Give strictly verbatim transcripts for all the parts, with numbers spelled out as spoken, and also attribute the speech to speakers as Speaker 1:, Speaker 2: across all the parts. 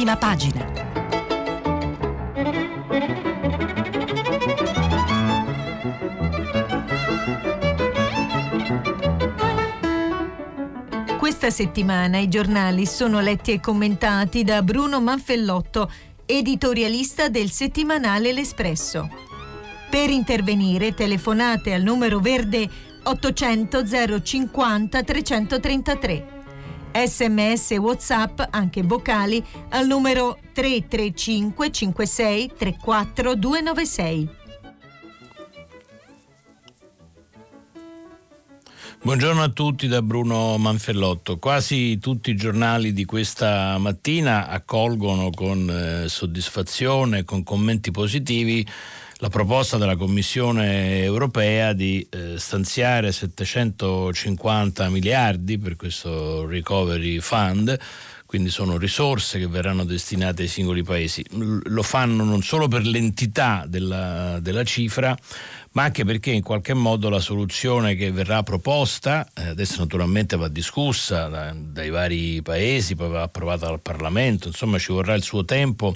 Speaker 1: Prima pagina. Questa settimana i giornali sono letti e commentati da Bruno Manfellotto, editorialista del settimanale L'Espresso. Per intervenire telefonate al numero verde ottocento zero cinquanta trecentotrentatré. Sms e WhatsApp, anche vocali, al numero tre tre cinque cinque sei tre quattro due nove sei.
Speaker 2: Buongiorno a tutti da Bruno Manfellotto. Quasi tutti i giornali di questa mattina accolgono con eh, soddisfazione, con commenti positivi, la proposta della Commissione europea di eh, stanziare settecentocinquanta miliardi per questo Recovery Fund. Quindi sono risorse che verranno destinate ai singoli paesi. Lo fanno non solo per l'entità della, della cifra, ma anche perché in qualche modo la soluzione che verrà proposta, eh, adesso naturalmente va discussa da, dai vari paesi, poi va approvata dal Parlamento, insomma ci vorrà il suo tempo,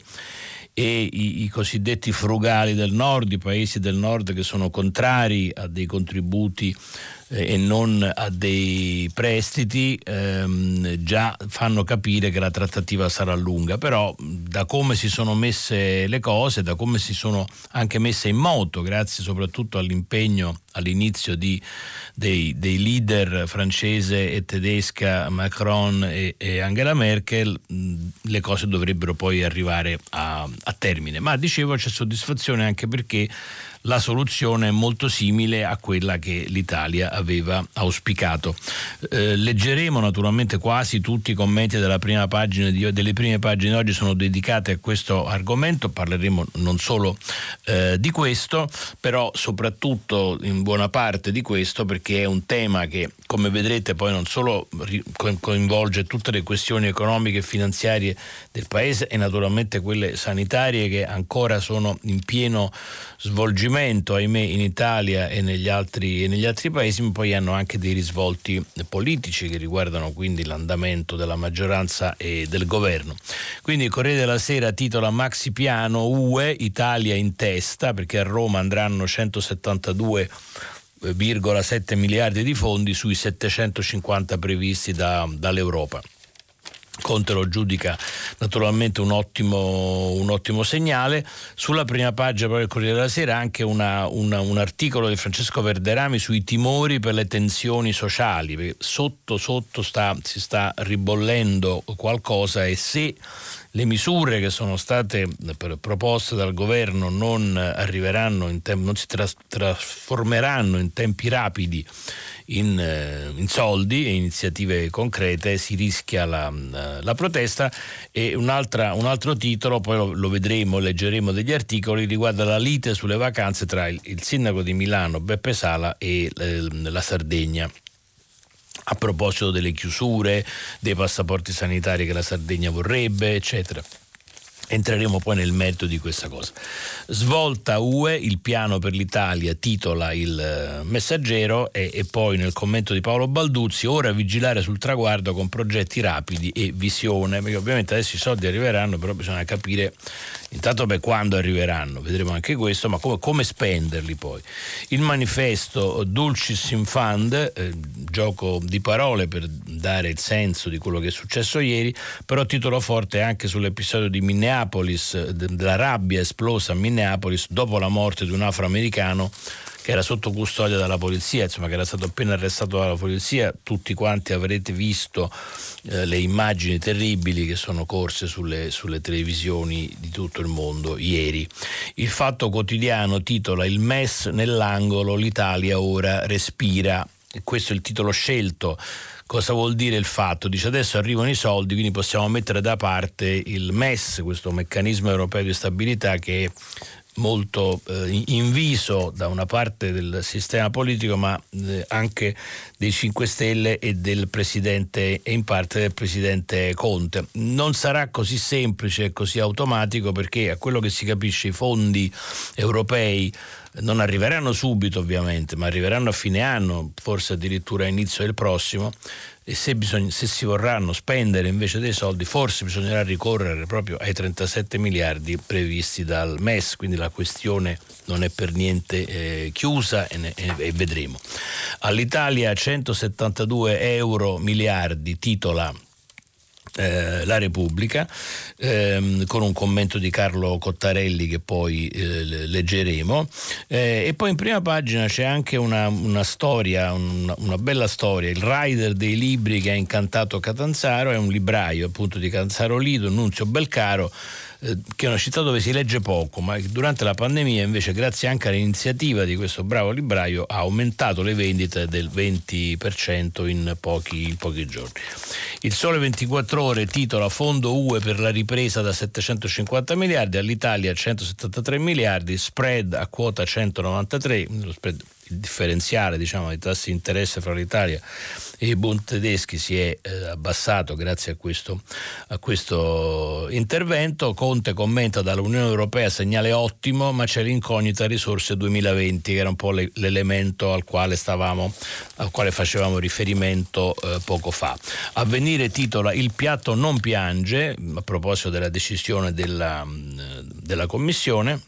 Speaker 2: e i, i cosiddetti frugali del nord, i paesi del nord che sono contrari a dei contributi eh, e non a dei prestiti, ehm, già fanno capire che la trattativa sarà lunga. Però da come si sono messe le cose, da come si sono anche messe in moto, grazie soprattutto all'impegno all'inizio di, dei, dei leader francese e tedesca, Macron e, e Angela Merkel, mh, le cose dovrebbero poi arrivare a, a termine. Ma dicevo, c'è soddisfazione anche perché la soluzione è molto simile a quella che l'Italia aveva auspicato. Eh, leggeremo naturalmente quasi tutti i commenti della prima pagina di, delle prime pagine di oggi sono dedicate a questo argomento. Parleremo non solo eh, di questo, però soprattutto in buona parte di questo, perché è un tema che, come vedrete, poi non solo coinvolge tutte le questioni economiche e finanziarie del paese e naturalmente quelle sanitarie che ancora sono in pieno svolgimento, ahimè, in Italia e negli altri e negli altri paesi, ma poi hanno anche dei risvolti politici che riguardano quindi l'andamento della maggioranza e del governo. Quindi il Corriere della Sera titola Maxi Piano U E, Italia in testa, perché a Roma andranno centosettantadue virgola sette miliardi di fondi sui settecentocinquanta previsti da, dall'Europa. Conte lo giudica naturalmente un ottimo, un ottimo segnale. Sulla prima pagina poi del Corriere della Sera anche una, una, un articolo di Francesco Verderami sui timori per le tensioni sociali, perché sotto sotto sta, si sta ribollendo qualcosa, e se le misure che sono state proposte dal governo non arriveranno in tempo, non si tras- trasformeranno in tempi rapidi in, in soldi e iniziative concrete, si rischia la, la protesta. E un'altra, un altro titolo, poi lo, lo vedremo, leggeremo degli articoli, riguarda la lite sulle vacanze tra il, il sindaco di Milano Beppe Sala e eh, la Sardegna, a proposito delle chiusure, dei passaporti sanitari che la Sardegna vorrebbe, eccetera. Entreremo poi nel merito di questa cosa. Svolta U E, il piano per l'Italia, titola il Messaggero, e, e poi nel commento di Paolo Balduzzi, ora vigilare sul traguardo con progetti rapidi e visione, perché ovviamente adesso i soldi arriveranno, però bisogna capire intanto beh, quando arriveranno, vedremo anche questo, ma come, come spenderli poi. Il Manifesto, Dulcis in Fund, eh, gioco di parole per dare il senso di quello che è successo ieri, però titolo forte anche sull'episodio di Minneapolis, della rabbia esplosa a Minneapolis dopo la morte di un afroamericano che era sotto custodia dalla polizia, insomma che era stato appena arrestato dalla polizia. Tutti quanti avrete visto eh, le immagini terribili che sono corse sulle, sulle televisioni di tutto il mondo ieri. Il Fatto Quotidiano titola Il M E S nell'angolo, l'Italia ora respira. E questo è il titolo scelto. Cosa vuol dire il fatto? Dice adesso arrivano i soldi, quindi possiamo mettere da parte il M E S, questo meccanismo europeo di stabilità che è molto eh, inviso da una parte del sistema politico, ma eh, anche dei cinque Stelle e del presidente, e in parte del presidente Conte. Non sarà così semplice e così automatico, perché a quello che si capisce i fondi europei non arriveranno subito ovviamente, ma arriveranno a fine anno, forse addirittura a inizio del prossimo, e se, bisogna, se si vorranno spendere invece dei soldi, forse bisognerà ricorrere proprio ai trentasette miliardi previsti dal M E S, quindi la questione non è per niente eh, chiusa e, ne, e, e vedremo. All'Italia centosettantadue euro miliardi titola Eh, la Repubblica, ehm, con un commento di Carlo Cottarelli che poi eh, leggeremo, eh, e poi in prima pagina c'è anche una, una storia, una, una bella storia, il rider dei libri che ha incantato Catanzaro, è un libraio appunto di Catanzaro Lido, Nunzio Belcaro, eh, che è una città dove si legge poco, ma durante la pandemia invece, grazie anche all'iniziativa di questo bravo libraio, ha aumentato le vendite del venti per cento in pochi, in pochi giorni. Il Sole ventiquattro Ore titola Fondo U E per la ripresa da settecentocinquanta miliardi, all'Italia centosettantatré miliardi, spread a quota centonovantatré, lo spread, il differenziale diciamo dei tassi di interesse fra l'Italia e i Bund tedeschi si è eh, abbassato grazie a questo, a questo intervento. Conte commenta: dall'Unione Europea segnale ottimo, ma c'è l'incognita risorse duemilaventi, che era un po' le, l'elemento al quale stavamo, al quale facevamo riferimento eh, poco fa. Avvenire titola Il piatto non piange, a proposito della decisione della, della Commissione,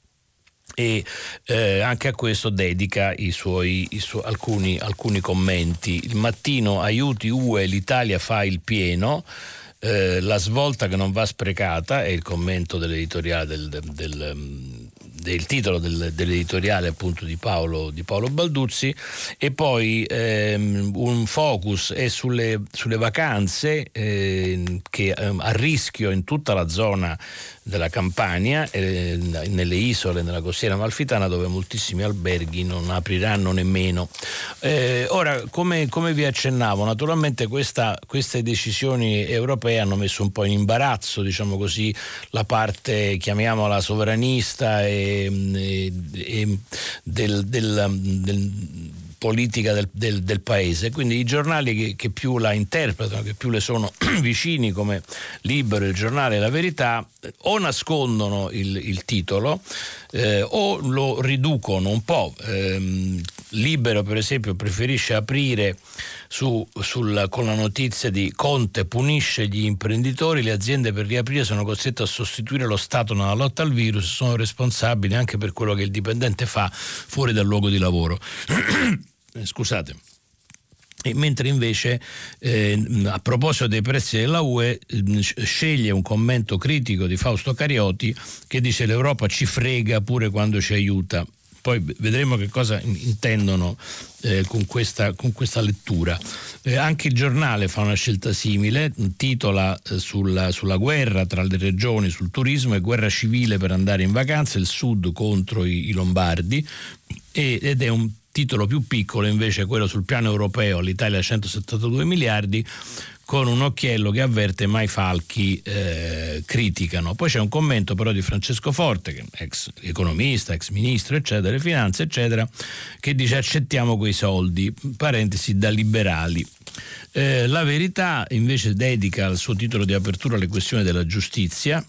Speaker 2: e eh, anche a questo dedica i suoi, i suoi alcuni, alcuni commenti. Il Mattino: aiuti U E, l'Italia fa il pieno, eh, la svolta che non va sprecata, è il commento dell'editoriale del, del, del del titolo del, dell'editoriale appunto di Paolo, di Paolo Balduzzi. E poi ehm, un focus è sulle, sulle vacanze eh, che ehm, a rischio in tutta la zona della Campania, eh, nelle isole, nella costiera amalfitana, dove moltissimi alberghi non apriranno nemmeno. Eh, ora, come, come vi accennavo, naturalmente questa, queste decisioni europee hanno messo un po' in imbarazzo, diciamo così, la parte, chiamiamola sovranista e, e, e del, del, del politica del, del, del paese, quindi i giornali che, che più la interpretano, che più le sono vicini, come Libero, Il Giornale e La Verità, o nascondono il, il titolo eh, o lo riducono un po'. Eh, Libero per esempio preferisce aprire su, sul, con la notizia di Conte punisce gli imprenditori, le aziende per riaprire sono costrette a sostituire lo Stato nella lotta al virus, sono responsabili anche per quello che il dipendente fa fuori dal luogo di lavoro. Scusate. E mentre invece eh, a proposito dei prezzi della U E eh, sceglie un commento critico di Fausto Carioti che dice: l'Europa ci frega pure quando ci aiuta. Poi vedremo che cosa intendono eh, con, questa, con questa lettura. Eh, anche Il Giornale fa una scelta simile, titola eh, sulla, sulla guerra tra le regioni, sul turismo e guerra civile per andare in vacanza, il sud contro i, i lombardi, e, ed è un titolo più piccolo invece quello sul piano europeo, l'Italia centosettantadue miliardi, con un occhiello che avverte mai falchi eh, criticano. Poi c'è un commento però di Francesco Forte, che è ex economista, ex ministro eccetera, delle finanze eccetera, che dice: accettiamo quei soldi, parentesi, da liberali. Eh, La Verità invece dedica il suo titolo di apertura alle questioni della giustizia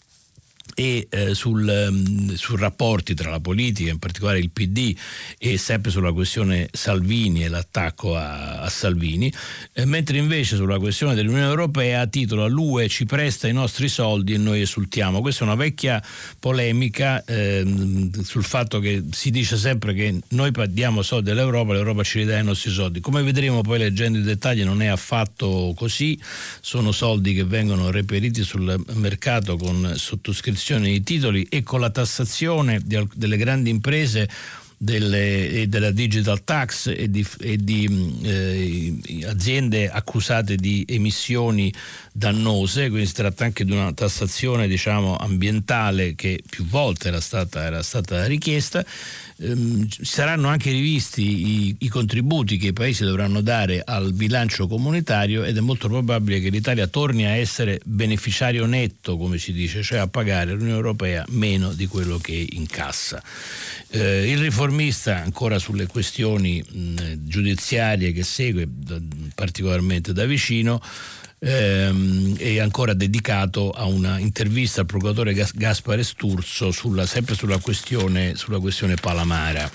Speaker 2: e eh, sul, um, su rapporti tra la politica, in particolare il P D, e sempre sulla questione Salvini e l'attacco a, a Salvini, eh, mentre invece sulla questione dell'Unione Europea titola: l'U E ci presta i nostri soldi e noi esultiamo. Questa è una vecchia polemica eh, sul fatto che si dice sempre che noi diamo soldi all'Europa, l'Europa ci ridà i nostri soldi. Come vedremo poi leggendo i dettagli non è affatto così, sono soldi che vengono reperiti sul mercato con sottoscrizione di titoli e con la tassazione di, delle grandi imprese, delle, e della digital tax e di, e di eh, aziende accusate di emissioni dannose. Quindi si tratta anche di una tassazione, diciamo, ambientale che più volte era stata, era stata richiesta. Ehm, saranno anche rivisti i, i contributi che i paesi dovranno dare al bilancio comunitario ed è molto probabile che l'Italia torni a essere beneficiario netto, come si dice, cioè a pagare l'Unione Europea meno di quello che incassa. Eh, il Riformista, ancora sulle questioni mh, giudiziarie che segue da, particolarmente da vicino, ehm, è ancora dedicato a una intervista al procuratore Gas- Gaspare Sturzo sulla, sempre sulla questione, sulla questione Palamara.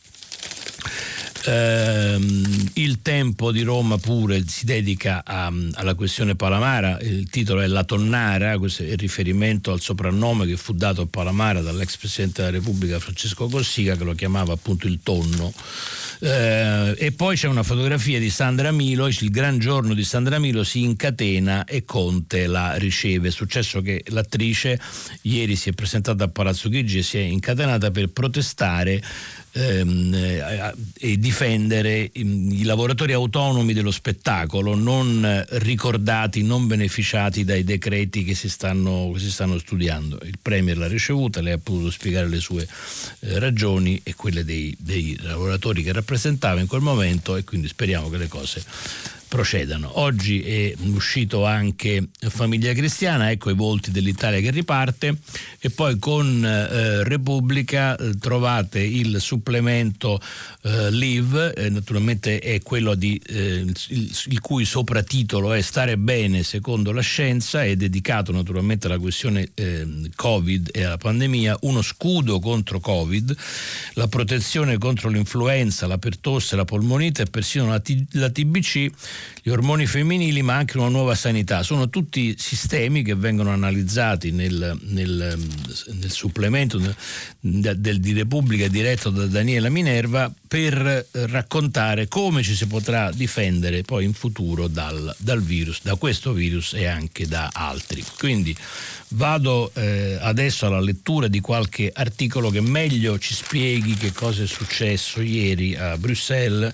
Speaker 2: Uh, il Tempo di Roma pure si dedica a, alla questione Palamara, il titolo è La Tonnara, questo è il riferimento al soprannome che fu dato a Palamara dall'ex Presidente della Repubblica Francesco Cossiga, che lo chiamava appunto il tonno. Uh, e poi c'è una fotografia di Sandra Milo, il gran giorno di Sandra Milo, si incatena e Conte la riceve. È successo che l'attrice ieri si è presentata a Palazzo Chigi e si è incatenata per protestare Ehm, eh, e difendere i lavoratori autonomi dello spettacolo non ricordati, non beneficiati dai decreti che si stanno, che si stanno studiando. Il Premier l'ha ricevuta, lei ha potuto spiegare le sue eh, ragioni e quelle dei, dei lavoratori che rappresentava in quel momento, e quindi speriamo che le cose procedano. Oggi è uscito anche Famiglia Cristiana, ecco i volti dell'Italia che riparte, e poi con eh, Repubblica eh, trovate il supplemento eh, Live, eh, naturalmente è quello di eh, il, il cui sopratitolo è Stare bene secondo la scienza, è dedicato naturalmente alla questione eh, Covid e alla pandemia, uno scudo contro Covid, la protezione contro l'influenza, la pertosse, la polmonite e persino la, T- la T B C, gli ormoni femminili, ma anche una nuova sanità. Sono tutti sistemi che vengono analizzati nel, nel, nel supplemento del, del, di Repubblica diretto da Daniela Minerva, per raccontare come ci si potrà difendere poi in futuro dal, dal virus, da questo virus e anche da altri. Quindi vado eh, adesso alla lettura di qualche articolo che meglio ci spieghi che cosa è successo ieri a Bruxelles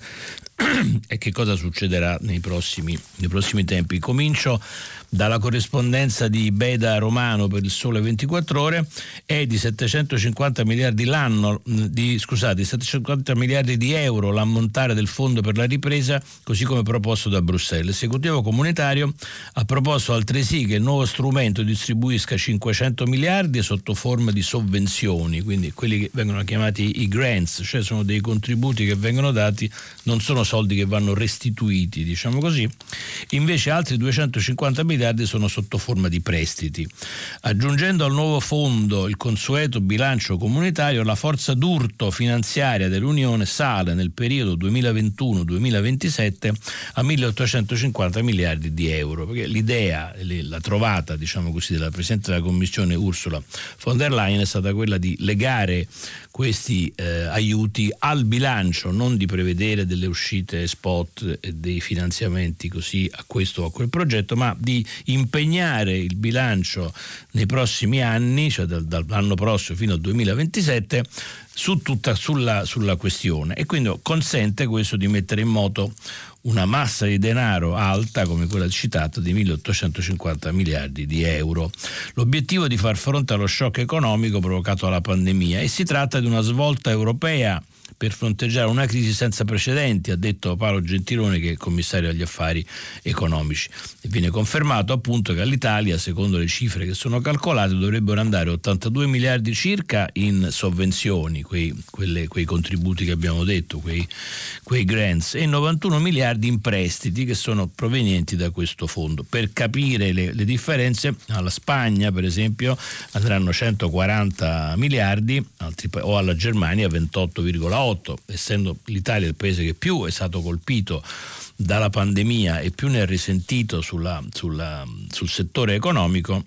Speaker 2: e che cosa succederà nei prossimi, nei prossimi tempi. Comincio dalla corrispondenza di Beda Romano per il Sole ventiquattro Ore. È di settecentocinquanta miliardi l'anno, di, scusate, settecentocinquanta miliardi di euro l'ammontare del fondo per la ripresa, così come proposto da Bruxelles. L'esecutivo comunitario ha proposto altresì che il nuovo strumento distribuisca cinquecento miliardi sotto forma di sovvenzioni, quindi quelli che vengono chiamati i grants, cioè sono dei contributi che vengono dati, non sono soldi che vanno restituiti, diciamo così. Invece altri duecentocinquanta miliardi sono sotto forma di prestiti. Aggiungendo al nuovo fondo il consueto bilancio comunitario, la forza d'urto finanziaria dell'Unione sale nel periodo duemilaventuno duemilaventisette a milleottocentocinquanta miliardi di euro, perché l'idea, la trovata, diciamo così, della Presidente della Commissione Ursula von der Leyen è stata quella di legare questi eh, aiuti al bilancio, non di prevedere delle uscite spot e dei finanziamenti così a questo o a quel progetto, ma di impegnare il bilancio nei prossimi anni, cioè dal, dall'anno prossimo fino al duemilaventisette, su tutta sulla, sulla questione, e quindi consente questo di mettere in moto una massa di denaro alta come quella citata di milleottocentocinquanta miliardi di euro. L'obiettivo è di far fronte allo shock economico provocato dalla pandemia, e si tratta di una svolta europea per fronteggiare una crisi senza precedenti, ha detto Paolo Gentiloni, che è commissario agli affari economici. E viene confermato appunto che all'Italia, secondo le cifre che sono calcolate, dovrebbero andare ottantadue miliardi circa in sovvenzioni, quei, quelle, quei contributi che abbiamo detto, quei, quei grants, e novantuno miliardi in prestiti che sono provenienti da questo fondo. Per capire le, le differenze, alla Spagna per esempio andranno centoquaranta miliardi, altri, o alla Germania ventotto virgola otto. Essendo l'Italia il paese che più è stato colpito dalla pandemia e più ne ha risentito sulla, sulla, sul settore economico,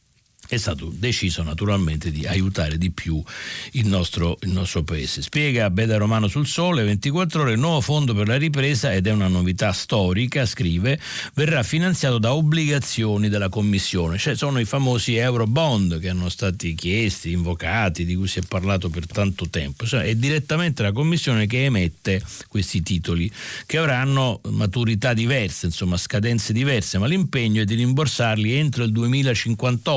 Speaker 2: è stato deciso naturalmente di aiutare di più il nostro, il nostro paese. Spiega Beda Romano sul Sole ventiquattro Ore, il nuovo fondo per la ripresa, ed è una novità storica, scrive, verrà finanziato da obbligazioni della Commissione, cioè sono i famosi euro bond che erano stati chiesti, invocati, di cui si è parlato per tanto tempo. Cioè, è direttamente la Commissione che emette questi titoli, che avranno maturità diverse, insomma scadenze diverse, ma l'impegno è di rimborsarli entro il duemilacinquantotto, quindi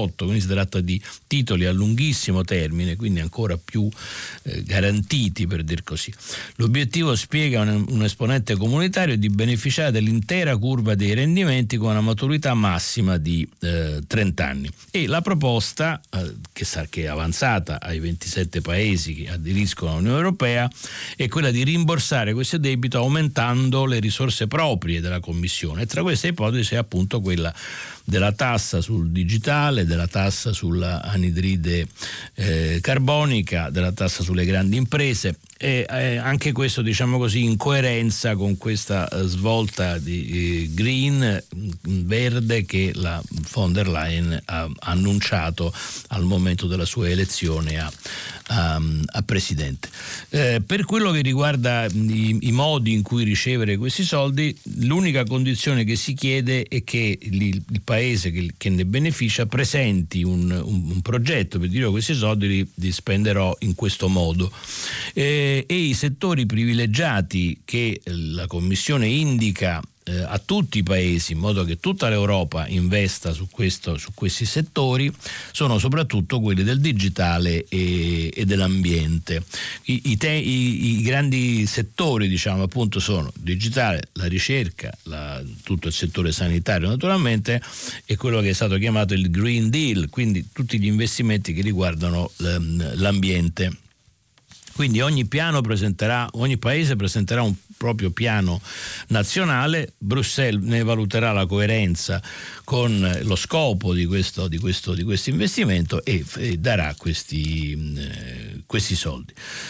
Speaker 2: si tratta di titoli a lunghissimo termine, quindi ancora più eh, garantiti, per dir così. L'obiettivo, spiega un, un esponente comunitario, è di beneficiare dell'intera curva dei rendimenti con una maturità massima di eh, trenta anni. E la proposta eh, che, sa, che è avanzata ai ventisette paesi che aderiscono all'Unione Europea è quella di rimborsare questo debito aumentando le risorse proprie della Commissione, e tra queste ipotesi è appunto quella della tassa sul digitale, della tassa sulla anidride eh, carbonica, della tassa sulle grandi imprese, e eh, anche questo, diciamo così, in coerenza con questa eh, svolta di eh, green, verde, che la von der Leyen ha annunciato al momento della sua elezione a, a, a presidente. Eh, per quello che riguarda i, i modi in cui ricevere questi soldi, l'unica condizione che si chiede è che il, il paese che, che ne beneficia presenti un, un, un progetto per dire: questi soldi li, li spenderò in questo modo. Eh, e i settori privilegiati che la Commissione indica eh, a tutti i paesi, in modo che tutta l'Europa investa su, questo, su questi settori, sono soprattutto quelli del digitale e, e dell'ambiente. I, i, te, i, i grandi settori, diciamo, appunto, sono digitale, la ricerca, la, tutto il settore sanitario naturalmente, e quello che è stato chiamato il Green Deal, quindi tutti gli investimenti che riguardano l'ambiente. Quindi ogni piano presenterà, ogni paese presenterà un proprio piano nazionale, Bruxelles ne valuterà la coerenza con lo scopo di questo, di questo, di questo investimento e, e darà questi, eh, questi soldi.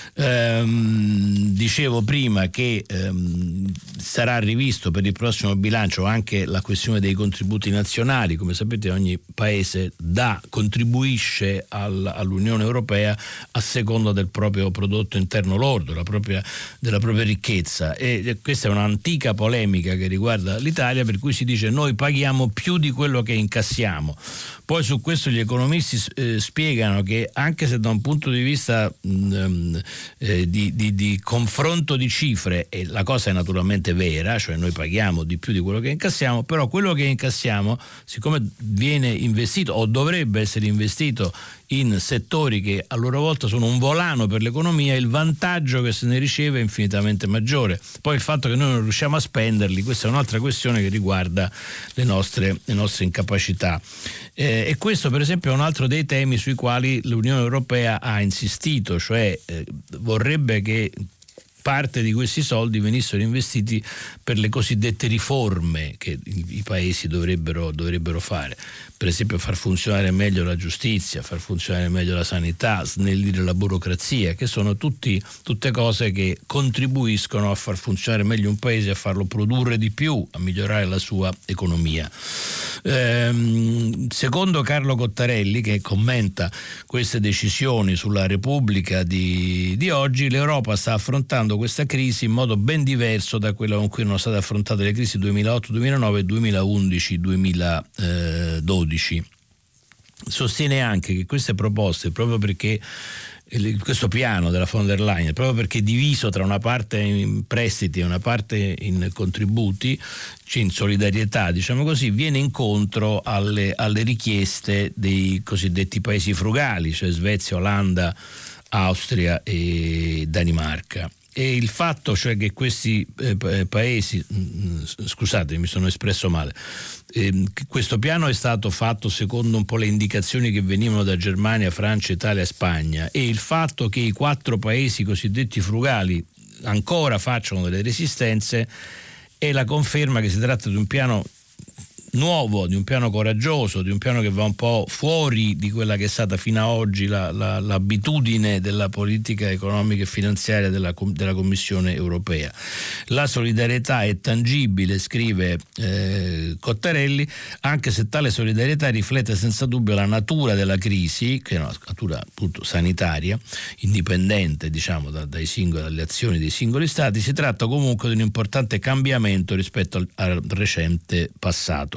Speaker 2: Ehm, dicevo prima che ehm, sarà rivisto per il prossimo bilancio anche la questione dei contributi nazionali. Come sapete, ogni paese dà, contribuisce al, all'Unione Europea a seconda del proprio prodotto interno lordo, la propria, della propria ricchezza. E questa è un'antica polemica che riguarda l'Italia, per cui si dice: noi paghiamo più di quello che incassiamo. Poi su questo gli economisti eh, spiegano che, anche se da un punto di vista mh, eh, di, di, di confronto di cifre, e la cosa è naturalmente vera, cioè noi paghiamo di più di quello che incassiamo, però quello che incassiamo, siccome viene investito o dovrebbe essere investito in settori che a loro volta sono un volano per l'economia, il vantaggio che se ne riceve è infinitamente maggiore. Poi il fatto che noi non riusciamo a spenderli, questa è un'altra questione che riguarda le nostre, le nostre incapacità. Eh, e questo, per esempio, è un altro dei temi sui quali l'Unione Europea ha insistito, cioè eh, vorrebbe che parte di questi soldi venissero investiti per le cosiddette riforme che i, i paesi dovrebbero, dovrebbero fare. Per esempio, far funzionare meglio la giustizia, far funzionare meglio la sanità, snellire la burocrazia, che sono tutti, tutte cose che contribuiscono a far funzionare meglio un paese, a farlo produrre di più, a migliorare la sua economia. Ehm, secondo Carlo Cottarelli, che commenta queste decisioni sulla Repubblica di, di oggi, l'Europa sta affrontando questa crisi in modo ben diverso da quello con cui erano state affrontate le crisi duemilaotto duemilanove e duemilaundici duemiladodici. Sostiene anche che queste proposte, proprio perché questo piano della von der Leyen, proprio perché è diviso tra una parte in prestiti e una parte in contributi, cioè in solidarietà, diciamo così, viene incontro alle, alle richieste dei cosiddetti paesi frugali, cioè Svezia, Olanda, Austria e Danimarca. E il fatto, cioè, che questi eh, paesi, mh, scusate, mi sono espresso male, eh, questo piano è stato fatto secondo un po' le indicazioni che venivano da Germania, Francia, Italia e Spagna, e il fatto che i quattro paesi cosiddetti frugali ancora facciano delle resistenze è la conferma che si tratta di un piano nuovo, di un piano coraggioso, di un piano che va un po' fuori di quella che è stata fino ad oggi la, la, l'abitudine della politica economica e finanziaria della, della Commissione Europea. La solidarietà è tangibile, scrive eh, Cottarelli, anche se tale solidarietà riflette senza dubbio la natura della crisi, che è una natura appunto sanitaria, indipendente, diciamo, da, dai singoli, dalle azioni dei singoli stati. Si tratta comunque di un importante cambiamento rispetto al, al recente passato.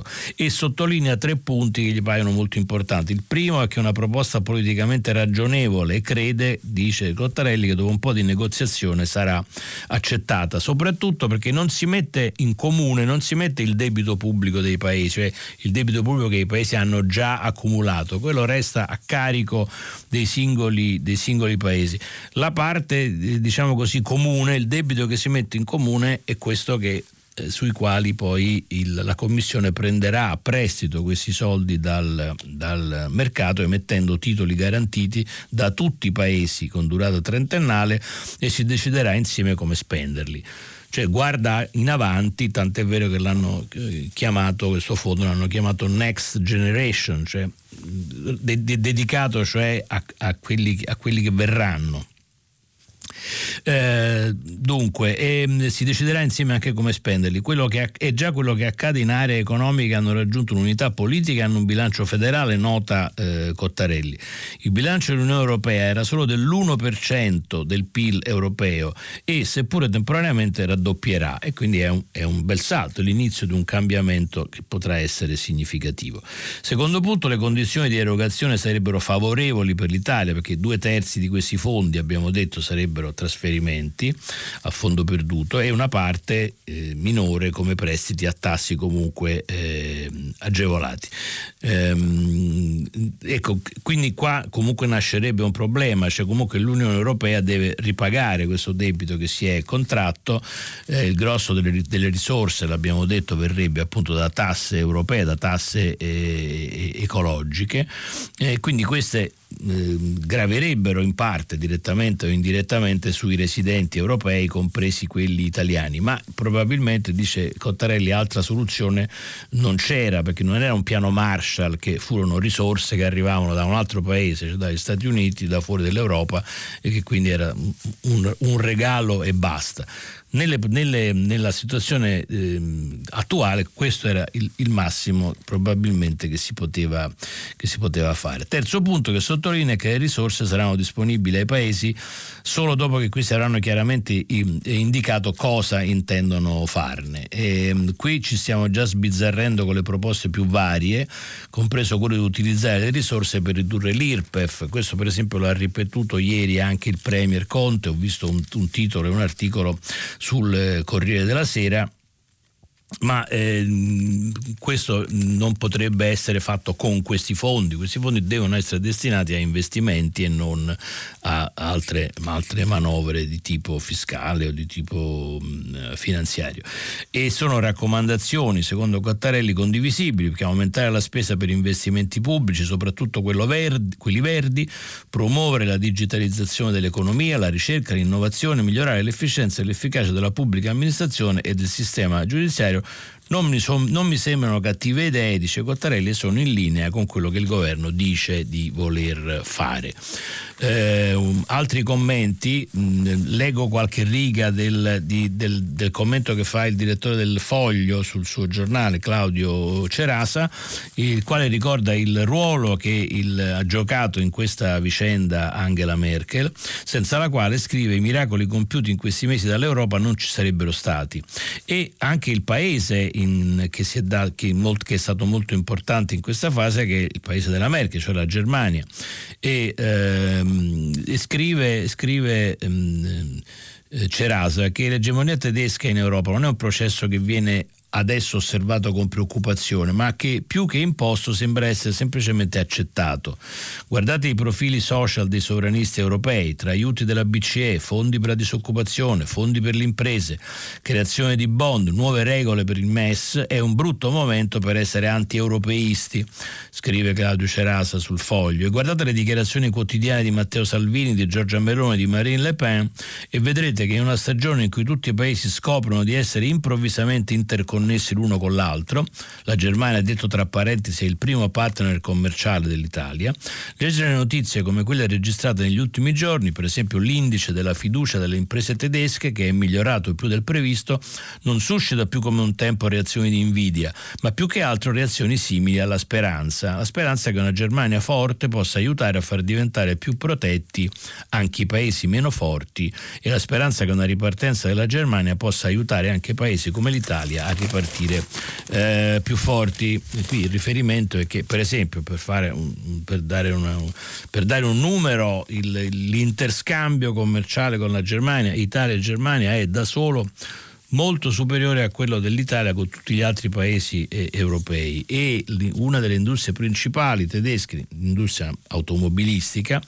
Speaker 2: e sottolinea tre punti che gli paiono molto importanti. Il primo è che una proposta politicamente ragionevole e crede, dice Cottarelli, che dopo un po' di negoziazione sarà accettata, soprattutto perché non si mette in comune, non si mette il debito pubblico dei paesi, cioè il debito pubblico che i paesi hanno già accumulato, quello resta a carico dei singoli, dei singoli paesi. La parte, diciamo così, comune, il debito che si mette in comune è questo che sui quali poi il, la Commissione prenderà a prestito questi soldi dal, dal mercato, emettendo titoli garantiti da tutti i paesi con durata trentennale, e si deciderà insieme come spenderli. Cioè guarda in avanti, tant'è vero che l'hanno chiamato, questo fondo l'hanno chiamato Next Generation, cioè de- de- dedicato cioè a, a, quelli, a quelli che verranno. Eh, dunque eh, si deciderà insieme anche come spenderli. Quello che è già quello che accade in aree economiche che hanno raggiunto un'unità politica e hanno un bilancio federale, nota eh, Cottarelli. Il bilancio dell'Unione Europea era solo dell'uno per cento del P I L europeo e seppure temporaneamente raddoppierà, e quindi è un, è un bel salto, l'inizio di un cambiamento che potrà essere significativo. Secondo punto, le condizioni di erogazione sarebbero favorevoli per l'Italia, perché due terzi di questi fondi, abbiamo detto, sarebbero trasferimenti a fondo perduto e una parte eh, minore come prestiti a tassi comunque eh, agevolati. Ehm, ecco, quindi qua comunque nascerebbe un problema, cioè comunque l'Unione Europea deve ripagare questo debito che si è contratto, eh, il grosso delle, delle risorse, l'abbiamo detto, verrebbe appunto da tasse europee, da tasse eh, ecologiche, eh, quindi queste Eh, graverebbero in parte, direttamente o indirettamente, sui residenti europei, compresi quelli italiani, ma probabilmente, dice Cottarelli, altra soluzione non c'era, perché non era un piano Marshall, che furono risorse che arrivavano da un altro paese, cioè dagli Stati Uniti, da fuori dell'Europa, e che quindi era un, un regalo e basta. Nelle, nelle, nella situazione eh, attuale questo era il, il massimo probabilmente che si poteva che si poteva fare. Terzo punto che sottolinea è che le risorse saranno disponibili ai paesi solo dopo che questi avranno chiaramente indicato cosa intendono farne. E qui ci stiamo già sbizzarrendo con le proposte più varie, compreso quello di utilizzare le risorse per ridurre l'I R P E F. Questo per esempio lo ha ripetuto ieri anche il Premier Conte. Ho visto un, un titolo e un articolo sul Corriere della Sera, ma eh, questo non potrebbe essere fatto con questi fondi. Questi fondi devono essere destinati a investimenti e non a altre, altre manovre di tipo fiscale o di tipo mh, finanziario, e sono raccomandazioni, secondo Cottarelli, condivisibili, perché aumentare la spesa per investimenti pubblici, soprattutto quello verdi, quelli verdi, promuovere la digitalizzazione dell'economia, la ricerca, l'innovazione, migliorare l'efficienza e l'efficacia della pubblica amministrazione e del sistema giudiziario. Non mi, son, non mi sembrano cattive idee, dice Cottarelli, e sono in linea con quello che il governo dice di voler fare. Eh, um, altri commenti, mh, leggo qualche riga del, di, del, del commento che fa il direttore del Foglio sul suo giornale, Claudio Cerasa, il quale ricorda il ruolo che il, ha giocato in questa vicenda Angela Merkel, senza la quale, scrive, i miracoli compiuti in questi mesi dall'Europa non ci sarebbero stati, e anche il paese in, che, si è da, che, molt, che è stato molto importante in questa fase, che è il paese della Merkel, cioè la Germania, e, ehm, e scrive, scrive ehm, Cerasa che l'egemonia tedesca in Europa non è un processo che viene adesso osservato con preoccupazione, ma che più che imposto sembra essere semplicemente accettato. Guardate i profili social dei sovranisti europei, tra aiuti della B C E, fondi per la disoccupazione, fondi per le imprese, creazione di bond, nuove regole per il M E S. È un brutto momento per essere anti-europeisti, scrive Claudio Cerasa sul Foglio. E guardate le dichiarazioni quotidiane di Matteo Salvini, di Giorgia Meloni, di Marine Le Pen, e vedrete che in una stagione in cui tutti i paesi scoprono di essere improvvisamente interconnessi l'uno con l'altro, la Germania, detto tra parentesi, è il primo partner commerciale dell'Italia, leggere notizie come quelle registrate negli ultimi giorni, per esempio l'indice della fiducia delle imprese tedesche, che è migliorato più del previsto, non suscita più come un tempo reazioni di invidia, ma più che altro reazioni simili alla speranza, la speranza che una Germania forte possa aiutare a far diventare più protetti anche i paesi meno forti, e la speranza che una ripartenza della Germania possa aiutare anche paesi come l'Italia a ripartire eh, più forti. E qui il riferimento è che, per esempio, per, fare un, per, dare, una, per dare un numero, il, l'interscambio commerciale con la Germania, Italia e Germania, è da solo molto superiore a quello dell'Italia con tutti gli altri paesi eh, europei, e una delle industrie principali tedesche, l'industria automobilistica,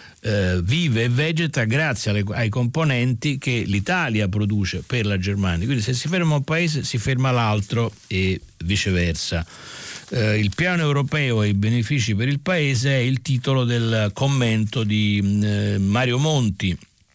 Speaker 2: eh, vive e vegeta grazie alle, ai componenti che l'Italia produce per la Germania. Quindi se si ferma un paese si ferma l'altro e viceversa. Eh, il piano europeo e i benefici per il paese è il titolo del commento di eh, Mario Monti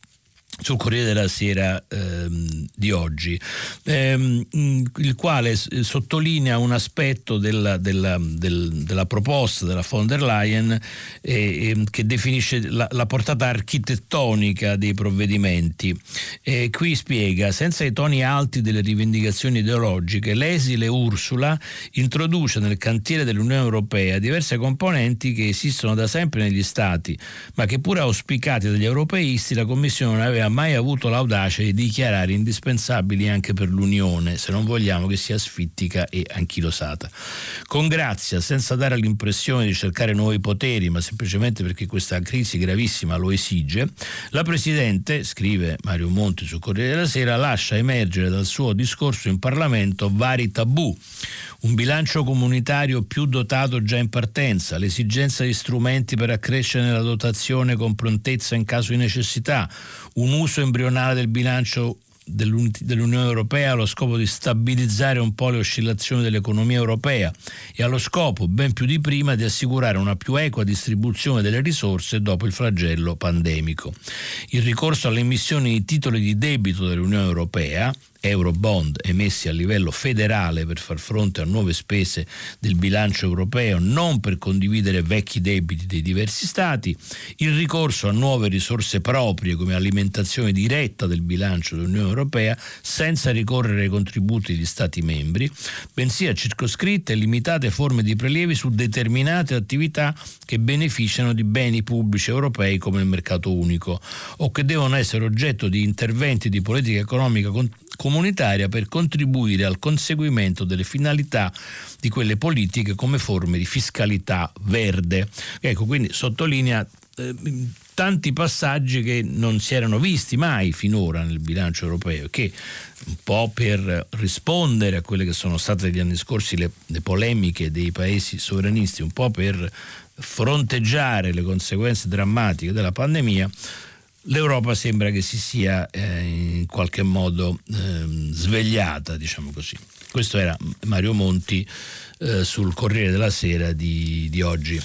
Speaker 2: sul Corriere della Sera ehm, di oggi, ehm, il quale s- sottolinea un aspetto della, della, del, della proposta della von der Leyen eh, eh, che definisce la, la portata architettonica dei provvedimenti. E qui spiega: senza i toni alti delle rivendicazioni ideologiche, l'esile Ursula introduce nel cantiere dell'Unione Europea diverse componenti che esistono da sempre negli Stati, ma che, pur auspicati dagli europeisti, la Commissione non aveva mai avuto l'audacia di dichiarare indispensabili anche per l'Unione, se non vogliamo che sia asfittica e anchilosata. Con grazia, senza dare l'impressione di cercare nuovi poteri, ma semplicemente perché questa crisi gravissima lo esige, la Presidente, scrive Mario Monti sul Corriere della Sera, lascia emergere dal suo discorso in Parlamento vari tabù: un bilancio comunitario più dotato già in partenza, l'esigenza di strumenti per accrescere la dotazione con prontezza in caso di necessità, un uso embrionale del bilancio dell'Unione Europea allo scopo di stabilizzare un po' le oscillazioni dell'economia europea e allo scopo, ben più di prima, di assicurare una più equa distribuzione delle risorse dopo il flagello pandemico. Il ricorso alle emissioni di titoli di debito dell'Unione Europea, Eurobond emessi a livello federale per far fronte a nuove spese del bilancio europeo, non per condividere vecchi debiti dei diversi Stati, il ricorso a nuove risorse proprie come alimentazione diretta del bilancio dell'Unione Europea senza ricorrere ai contributi degli Stati membri, bensì a circoscritte e limitate forme di prelievi su determinate attività che beneficiano di beni pubblici europei come il mercato unico o che devono essere oggetto di interventi di politica economica con comunitaria per contribuire al conseguimento delle finalità di quelle politiche come forme di fiscalità verde. Ecco, quindi sottolinea eh, tanti passaggi che non si erano visti mai finora nel bilancio europeo, che un po' per rispondere a quelle che sono state negli anni scorsi le, le polemiche dei paesi sovranisti, un po' per fronteggiare le conseguenze drammatiche della pandemia, l'Europa sembra che si sia eh, in qualche modo eh, svegliata, diciamo così. Questo era Mario Monti eh, sul Corriere della Sera di, di oggi.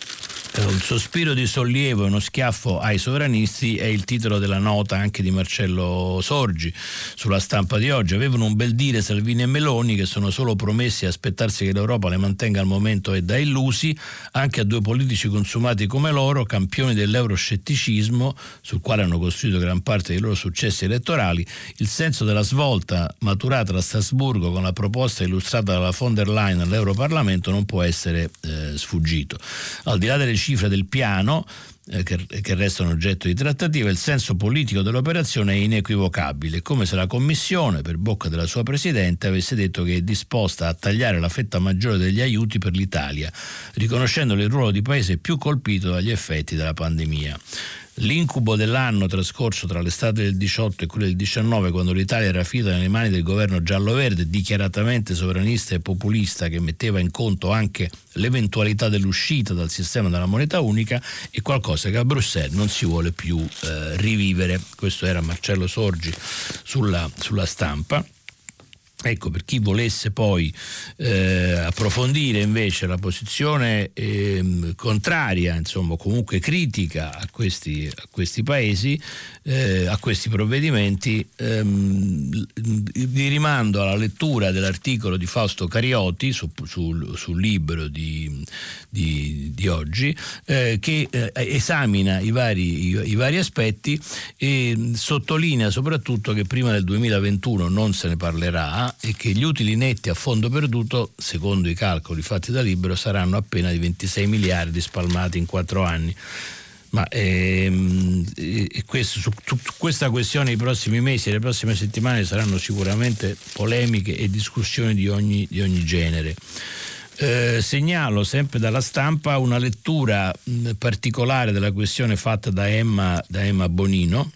Speaker 2: Un sospiro di sollievo e uno schiaffo ai sovranisti è il titolo della nota anche di Marcello Sorgi sulla Stampa di oggi. Avevano un bel dire Salvini e Meloni, che sono solo promessi a aspettarsi che l'Europa le mantenga al momento e da illusi, anche a due politici consumati come loro, campioni dell'euroscetticismo sul quale hanno costruito gran parte dei loro successi elettorali. Il senso della svolta maturata da Strasburgo con la proposta illustrata dalla von der Leyen all'Europarlamento non può essere eh, sfuggito. Al di là delle cifre del piano eh, che, che restano oggetto di trattativa, il senso politico dell'operazione è inequivocabile, come se la Commissione, per bocca della sua Presidente, avesse detto che è disposta a tagliare la fetta maggiore degli aiuti per l'Italia, riconoscendole il ruolo di paese più colpito dagli effetti della pandemia. L'incubo dell'anno trascorso tra l'estate del diciotto e quello del diciannove, quando l'Italia era finita nelle mani del governo giallo-verde, dichiaratamente sovranista e populista, che metteva in conto anche l'eventualità dell'uscita dal sistema della moneta unica, è qualcosa che a Bruxelles non si vuole più eh, rivivere. Questo era Marcello Sorgi sulla, sulla Stampa. Ecco, per chi volesse poi eh, approfondire invece la posizione eh, contraria, insomma, comunque critica a questi, a questi paesi, eh, a questi provvedimenti, ehm, vi rimando alla lettura dell'articolo di Fausto Carioti su, sul, sul Libero di, di, di oggi, eh, che eh, esamina i vari, i, i vari aspetti e sottolinea soprattutto che prima del duemilaventuno non se ne parlerà e che gli utili netti a fondo perduto, secondo i calcoli fatti da Libero, saranno appena di ventisei miliardi spalmati in quattro anni. Ma ehm, e questo, su, su questa questione i prossimi mesi e le prossime settimane saranno sicuramente polemiche e discussioni di ogni, di ogni genere. Eh, segnalo sempre dalla stampa una lettura mh, particolare della questione fatta da Emma, da Emma Bonino,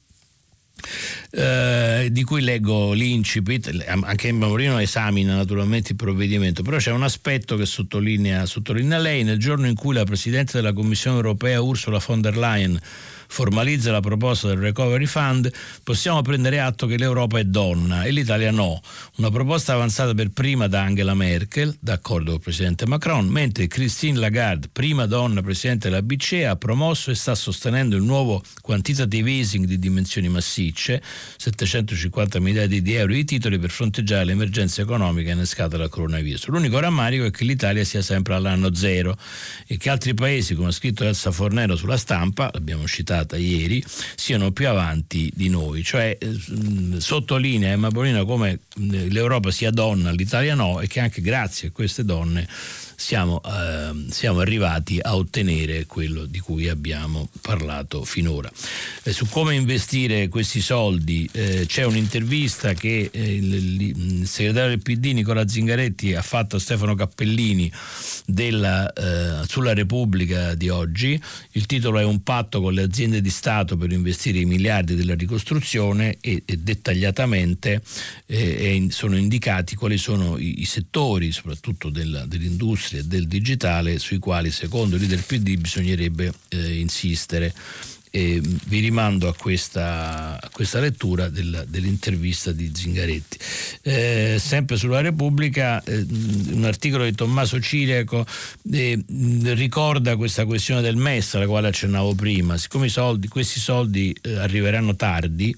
Speaker 2: Eh, di cui leggo l'incipit. Anche Emma Bonino esamina naturalmente il provvedimento, però c'è un aspetto che sottolinea, sottolinea lei. Nel giorno in cui la Presidente della Commissione europea Ursula von der Leyen formalizza la proposta del Recovery Fund, possiamo prendere atto che l'Europa è donna e l'Italia no. Una proposta avanzata per prima da Angela Merkel, d'accordo con il Presidente Macron, mentre Christine Lagarde, prima donna Presidente della B C E, ha promosso e sta sostenendo il nuovo quantitative easing di dimensioni massicce, settecentocinquanta miliardi di euro di titoli per fronteggiare l'emergenza economica innescata dal coronavirus. L'unico rammarico è che l'Italia sia sempre all'anno zero e che altri paesi, come ha scritto Elsa Fornero sulla stampa, l'abbiamo citato ieri, siano più avanti di noi. Cioè eh, sottolinea Emma Bonino come l'Europa sia donna, l'Italia no, e che anche grazie a queste donne siamo, eh, siamo arrivati a ottenere quello di cui abbiamo parlato finora. Eh, su come investire questi soldi eh, c'è un'intervista che eh, il, il segretario del P D Nicola Zingaretti ha fatto a Stefano Cappellini della, eh, sulla Repubblica di oggi. Il titolo è Un patto con le aziende di Stato per investire i miliardi della ricostruzione e, e dettagliatamente eh, sono indicati quali sono i, i settori, soprattutto della, dell'industria e del digitale, sui quali secondo il leader P D bisognerebbe eh, insistere. E vi rimando a questa, a questa lettura del, dell'intervista di Zingaretti. Eh, sempre sulla Repubblica eh, un articolo di Tommaso Ciriaco eh, ricorda questa questione del M E S alla quale accennavo prima. Siccome i soldi, questi soldi eh, arriveranno tardi,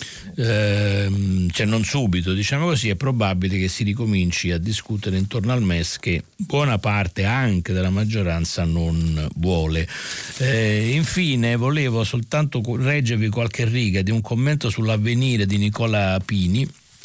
Speaker 2: Eh, cioè non subito, diciamo così, è probabile che si ricominci a discutere intorno al M E S, che buona parte anche della maggioranza non vuole. Eh, infine volevo soltanto leggervi qualche riga di un commento sull'Avvenire di Nicola Pini.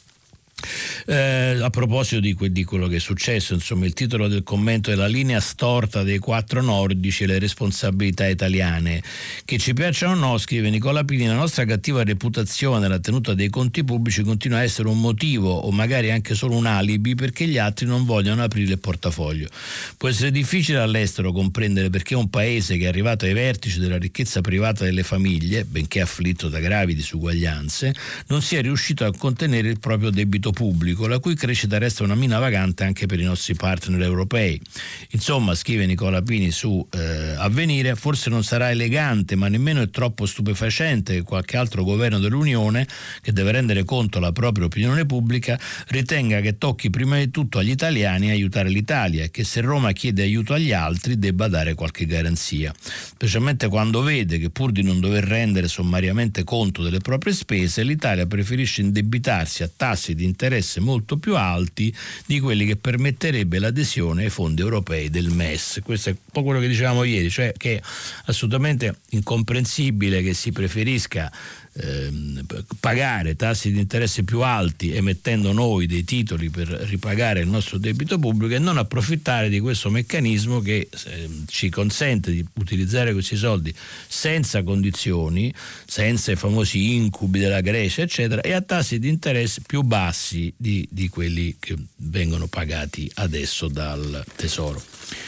Speaker 2: Eh, a proposito di, que- di quello che è successo, insomma, il titolo del commento è La linea storta dei quattro nordici e le responsabilità italiane. Che ci piacciono o no, scrive Nicola Pini, la nostra cattiva reputazione nella tenuta dei conti pubblici continua a essere un motivo o magari anche solo un alibi perché gli altri non vogliono aprire il portafoglio. Può essere difficile all'estero comprendere perché un paese che è arrivato ai vertici della ricchezza privata delle famiglie, benché afflitto da gravi disuguaglianze, non sia riuscito a contenere il proprio debito pubblico, la cui crescita resta una mina vagante anche per i nostri partner europei. Insomma, scrive Nicola Pini su eh, Avvenire, forse non sarà elegante ma nemmeno è troppo stupefacente che qualche altro governo dell'Unione, che deve rendere conto alla propria opinione pubblica, ritenga che tocchi prima di tutto agli italiani aiutare l'Italia e che se Roma chiede aiuto agli altri debba dare qualche garanzia, specialmente quando vede che pur di non dover rendere sommariamente conto delle proprie spese, l'Italia preferisce indebitarsi a tassi di interesse molto più alti di quelli che permetterebbe l'adesione ai fondi europei del M E S. Questo è un po' quello che dicevamo ieri, cioè che è assolutamente incomprensibile che si preferisca ehm, pagare tassi di interesse più alti emettendo noi dei titoli per ripagare il nostro debito pubblico e non approfittare di questo meccanismo che eh, ci consente di utilizzare questi soldi senza condizioni, senza i famosi incubi della Grecia eccetera, e a tassi di interesse più bassi di, di quelli che vengono pagati adesso dal Tesoro.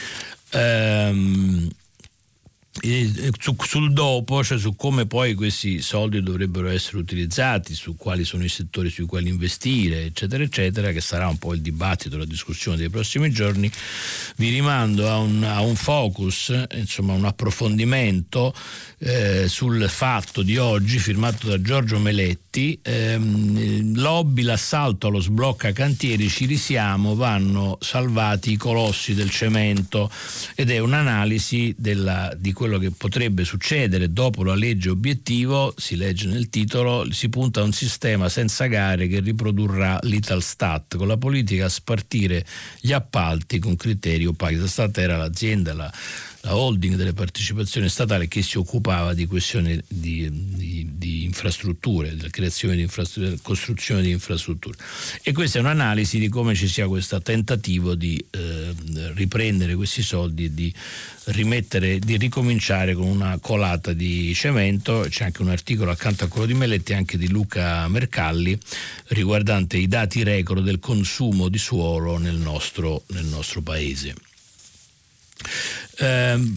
Speaker 2: Ehm, Su, sul dopo, cioè su come poi questi soldi dovrebbero essere utilizzati, su quali sono i settori sui quali investire eccetera eccetera, che sarà un po' il dibattito, la discussione dei prossimi giorni, vi rimando a un, a un focus, insomma un approfondimento eh, sul Fatto di oggi firmato da Giorgio Meletti. ehm, lobby, l'assalto allo sblocca cantieri, ci risiamo, vanno salvati i colossi del cemento, ed è un'analisi della, di quello che potrebbe succedere dopo la legge obiettivo. Si legge nel titolo, si punta a un sistema senza gare che riprodurrà l'Italstat, con la politica a spartire gli appalti con criteri opachi. L'Italstat era l'azienda, la, la holding delle partecipazioni statali che si occupava di questioni di, di, di infrastrutture, della creazione di infrastrutture, costruzione di infrastrutture. E questa è un'analisi di come ci sia questo tentativo di eh, riprendere questi soldi e di rimettere, di ricominciare con una colata di cemento. C'è anche un articolo accanto a quello di Melletti, anche di Luca Mercalli, riguardante i dati record del consumo di suolo nel nostro, nel nostro paese. Eh,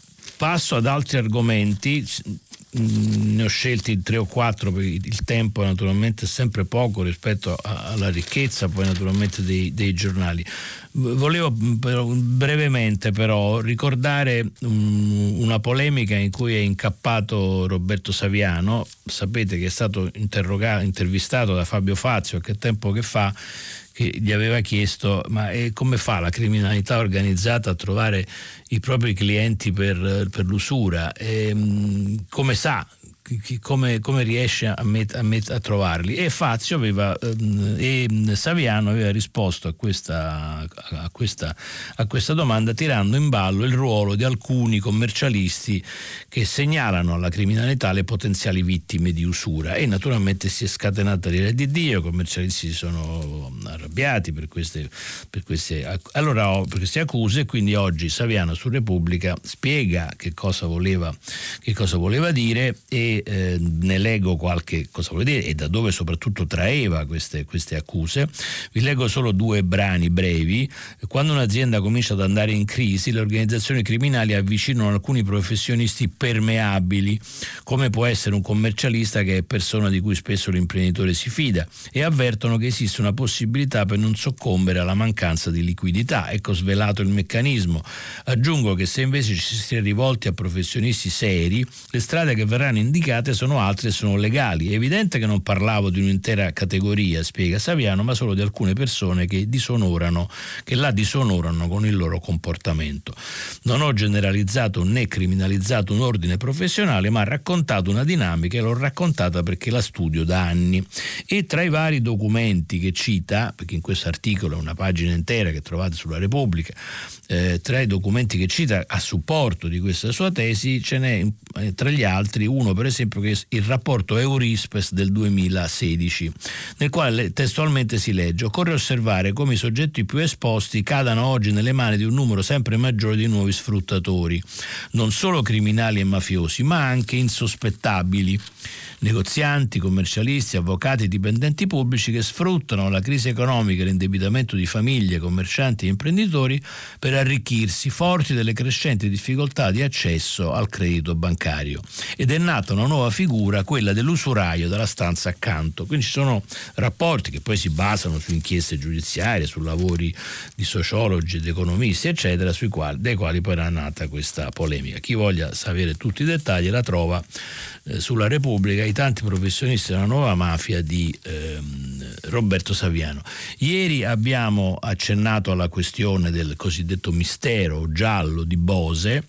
Speaker 2: passo ad altri argomenti. Ne ho scelti tre o quattro perché il tempo naturalmente è sempre poco rispetto alla ricchezza poi naturalmente dei, dei giornali. Volevo però, brevemente però ricordare um, una polemica in cui è incappato Roberto Saviano. Sapete che è stato interrogato, intervistato da Fabio Fazio qualche tempo che fa, che gli aveva chiesto ma eh, come fa la criminalità organizzata a trovare i propri clienti per, per l'usura, e, mh, come sa, come, come riesce a, met, a, met, a trovarli? E Fazio aveva ehm, e Saviano aveva risposto a questa, a, questa, a questa domanda tirando in ballo il ruolo di alcuni commercialisti che segnalano alla criminalità le potenziali vittime di usura, e naturalmente si è scatenata l'ira di Dio. I commercialisti si sono arrabbiati per queste, per queste, allora, per queste accuse, e quindi oggi Saviano su Repubblica spiega che cosa voleva, che cosa voleva dire, e Eh, ne leggo qualche cosa vuol dire e da dove soprattutto traeva queste, queste accuse. Vi leggo solo due brani brevi. Quando un'azienda comincia ad andare in crisi, le organizzazioni criminali avvicinano alcuni professionisti permeabili, come può essere un commercialista che è persona di cui spesso l'imprenditore si fida, e avvertono che esiste una possibilità per non soccombere alla mancanza di liquidità. Ecco svelato il meccanismo. Aggiungo che se invece ci si è rivolti a professionisti seri, le strade che verranno indicate sono altre e sono legali. È evidente che non parlavo di un'intera categoria, spiega Saviano, ma solo di alcune persone che disonorano, che la disonorano con il loro comportamento. Non ho generalizzato né criminalizzato un ordine professionale, ma raccontato una dinamica, e l'ho raccontata perché la studio da anni. E tra i vari documenti che cita, perché in questo articolo è una pagina intera che trovate sulla Repubblica, eh, tra i documenti che cita a supporto di questa sua tesi ce n'è eh, tra gli altri uno per esempio che è il rapporto Eurispes del duemilasedici, nel quale testualmente si legge: occorre osservare come i soggetti più esposti cadano oggi nelle mani di un numero sempre maggiore di nuovi sfruttatori, non solo criminali e mafiosi, ma anche insospettabili. Negozianti, commercialisti, avvocati, dipendenti pubblici che sfruttano la crisi economica e l'indebitamento di famiglie, commercianti e imprenditori per arricchirsi, forti delle crescenti difficoltà di accesso al credito bancario. Ed è nata una nuova figura, quella dell'usuraio dalla stanza accanto. Quindi ci sono rapporti che poi si basano su inchieste giudiziarie, su lavori di sociologi ed economisti, eccetera, sui quali, dai quali poi era nata questa polemica. Chi voglia sapere tutti i dettagli la trova eh, sulla Repubblica, i tanti professionisti della nuova mafia di ehm, Roberto Saviano. Ieri abbiamo accennato alla questione del cosiddetto mistero giallo di Bose,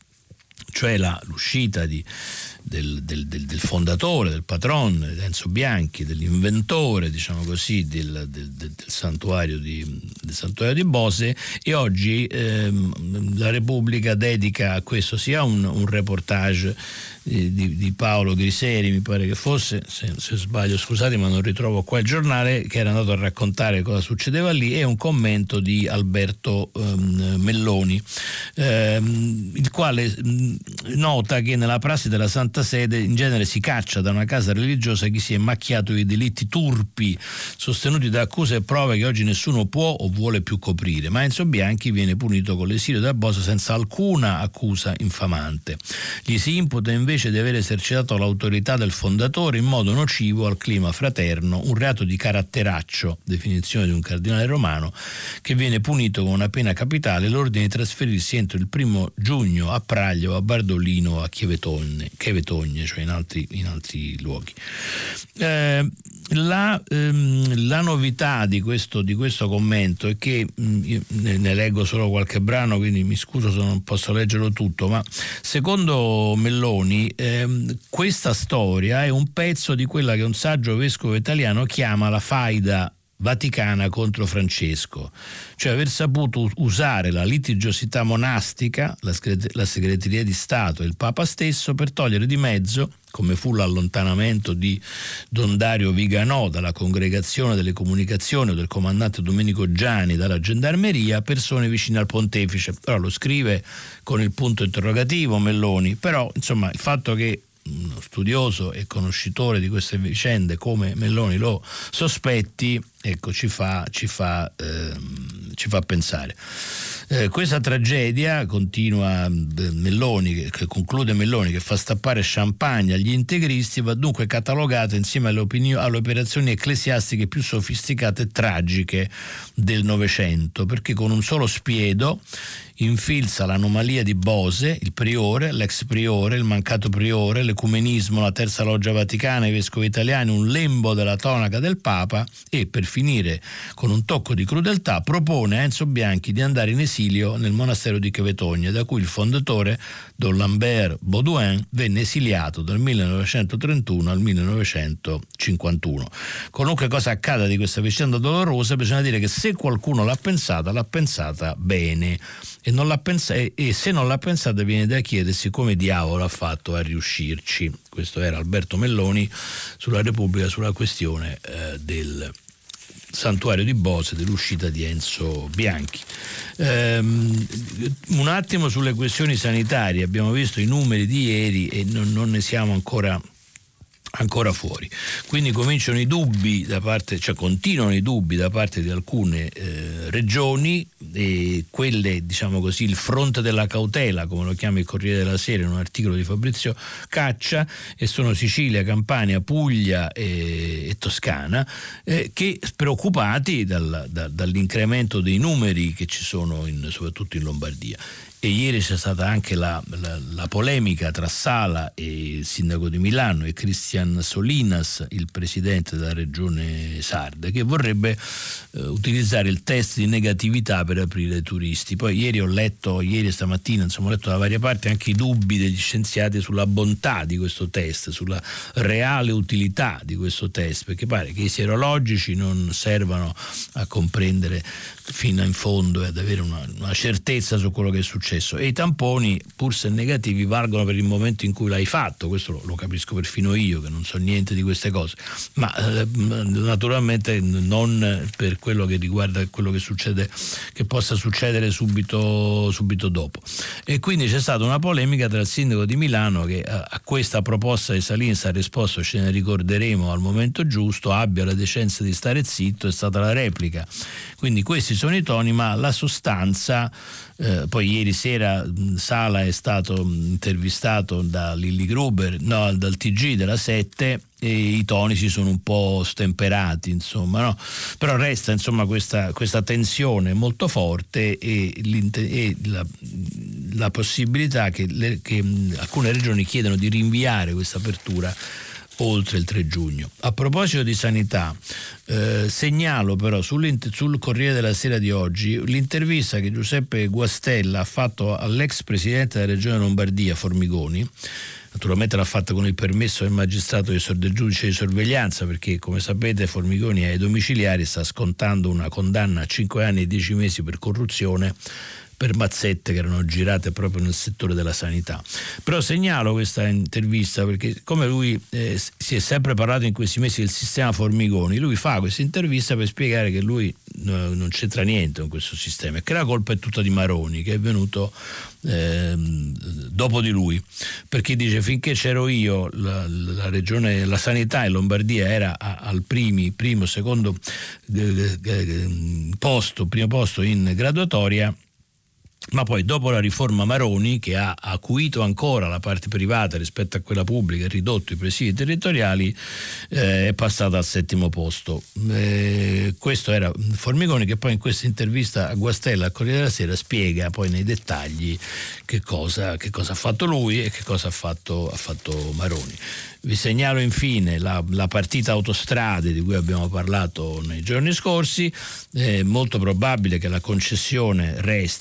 Speaker 2: cioè la, l'uscita di, del, del, del, del fondatore, del patron Enzo Bianchi, dell'inventore, diciamo così, del, del, del, santuario di, del santuario di Bose, e oggi ehm, la Repubblica dedica a questo sia un, un reportage Di, di Paolo Griseri, mi pare che fosse, se, se sbaglio scusate, ma non ritrovo qua il giornale, che era andato a raccontare cosa succedeva lì, e un commento di Alberto um, Melloni, um, il quale um, nota che nella prassi della Santa Sede in genere si caccia da una casa religiosa chi si è macchiato di delitti turpi sostenuti da accuse e prove che oggi nessuno può o vuole più coprire, ma Enzo Bianchi viene punito con l'esilio da Bose senza alcuna accusa infamante. Gli si imputa invece invece di aver esercitato l'autorità del fondatore in modo nocivo al clima fraterno, un reato di caratteraccio, definizione di un cardinale romano, che viene punito con una pena capitale, l'ordine di trasferirsi entro il primo giugno a Praglio, a Bardolino o a Chievetogne, Chievetogne, cioè in altri, in altri luoghi. Eh, la, ehm, la novità di questo, di questo commento è che, mh, io ne, ne leggo solo qualche brano, quindi mi scuso se non posso leggerlo tutto, ma secondo Melloni ehm, questa storia è un pezzo di quella che un saggio vescovo italiano chiama la faida vaticana contro Francesco, cioè aver saputo usare la litigiosità monastica, la, segret- la segreteria di Stato e il Papa stesso per togliere di mezzo, come fu l'allontanamento di Don Dario Viganò dalla congregazione delle comunicazioni o del comandante Domenico Giani dalla gendarmeria, persone vicine al pontefice. Però lo scrive con il punto interrogativo Melloni, però insomma il fatto che uno studioso e conoscitore di queste vicende come Melloni lo sospetti, ecco, ci fa, ci fa, ehm, ci fa pensare. Eh, questa tragedia, continua Melloni, che, che conclude Melloni, che fa stappare champagne agli integristi, va dunque catalogata insieme alle, opinio- alle operazioni ecclesiastiche più sofisticate e tragiche del Novecento, perché con un solo spiedo infilza l'anomalia di Bose, il priore, l'ex priore, il mancato priore, l'ecumenismo, la terza loggia vaticana, i vescovi italiani, un lembo della tonaca del Papa e, per finire con un tocco di crudeltà, propone a Enzo Bianchi di andare in esilio nel monastero di Quevetogne, da cui il fondatore, Don Lambert Baudouin, venne esiliato dal millenovecentotrentuno al millenovecentocinquantuno. Qualunque cosa accada di questa vicenda dolorosa, bisogna dire che se qualcuno l'ha pensata, l'ha pensata bene. E, non l'ha pensa- e se non l'ha pensata viene da chiedersi come diavolo ha fatto a riuscirci. Questo era Alberto Melloni sulla Repubblica, sulla questione eh, del santuario di Bose, dell'uscita di Enzo Bianchi. Um, un attimo sulle questioni sanitarie. Abbiamo visto i numeri di ieri e non, non ne siamo ancora ancora fuori, quindi cominciano i dubbi da parte, cioè continuano i dubbi da parte di alcune eh, regioni, e quelle, diciamo così, il fronte della cautela, come lo chiama il Corriere della Sera in un articolo di Fabrizio Caccia, e sono Sicilia, Campania, Puglia e, e Toscana, eh, che preoccupati dal, da, dall'incremento dei numeri che ci sono in, soprattutto in Lombardia. E ieri c'è stata anche la, la, la polemica tra Sala e il sindaco di Milano e Cristian Solinas, il presidente della regione sarda, che vorrebbe eh, utilizzare il test di negatività per aprire ai turisti. Poi ieri ho letto, ieri e stamattina, insomma, ho letto da varie parti anche i dubbi degli scienziati sulla bontà di questo test, sulla reale utilità di questo test, perché pare che i sierologici non servano a comprendere fino in fondo e ad avere una, una certezza su quello che è successo, e i tamponi, pur se negativi, valgono per il momento in cui l'hai fatto. Questo lo, lo capisco perfino io, che non so niente di queste cose, ma eh, naturalmente non per quello che riguarda quello che succede, che possa succedere subito, subito dopo. E quindi c'è stata una polemica tra il sindaco di Milano, che a, a questa proposta di Salinas ha risposto: ce ne ricorderemo al momento giusto, abbia la decenza di stare zitto. È stata la replica. Quindi questi sono i toni, ma la sostanza, eh, poi ieri sera mh, Sala è stato mh, intervistato da Lilli Gruber, no, dal T G della sette, e i toni si sono un po' stemperati, insomma, no? Però resta, insomma, questa, questa tensione molto forte e, e la, la possibilità che, le, che mh, alcune regioni chiedano di rinviare questa apertura oltre il tre giugno. A proposito di sanità, eh, segnalo però sul Corriere della Sera di oggi l'intervista che Giuseppe Guastella ha fatto all'ex presidente della regione Lombardia, Formigoni. Naturalmente l'ha fatta con il permesso del magistrato del giudice di sorveglianza, perché, come sapete, Formigoni è ai domiciliari, sta scontando una condanna a cinque anni e dieci mesi per corruzione per mazzette che erano girate proprio nel settore della sanità. Però segnalo questa intervista perché, come lui eh, si è sempre parlato in questi mesi del sistema Formigoni, lui fa questa intervista per spiegare che lui no, non c'entra niente con questo sistema e che la colpa è tutta di Maroni, che è venuto eh, dopo di lui, perché dice: finché c'ero io la, la regione, la sanità in Lombardia era a, al primi, primo, secondo eh, eh, posto, primo posto in graduatoria. Ma poi, dopo la riforma Maroni, che ha acuito ancora la parte privata rispetto a quella pubblica e ridotto i presidi territoriali, eh, è passata al settimo posto. Eh, questo era Formigoni, che poi in questa intervista a Guastella al Corriere della Sera spiega poi nei dettagli che cosa, che cosa ha fatto lui e che cosa ha fatto, ha fatto Maroni. Vi segnalo infine la, la partita autostrade di cui abbiamo parlato nei giorni scorsi. È molto probabile che la concessione resti a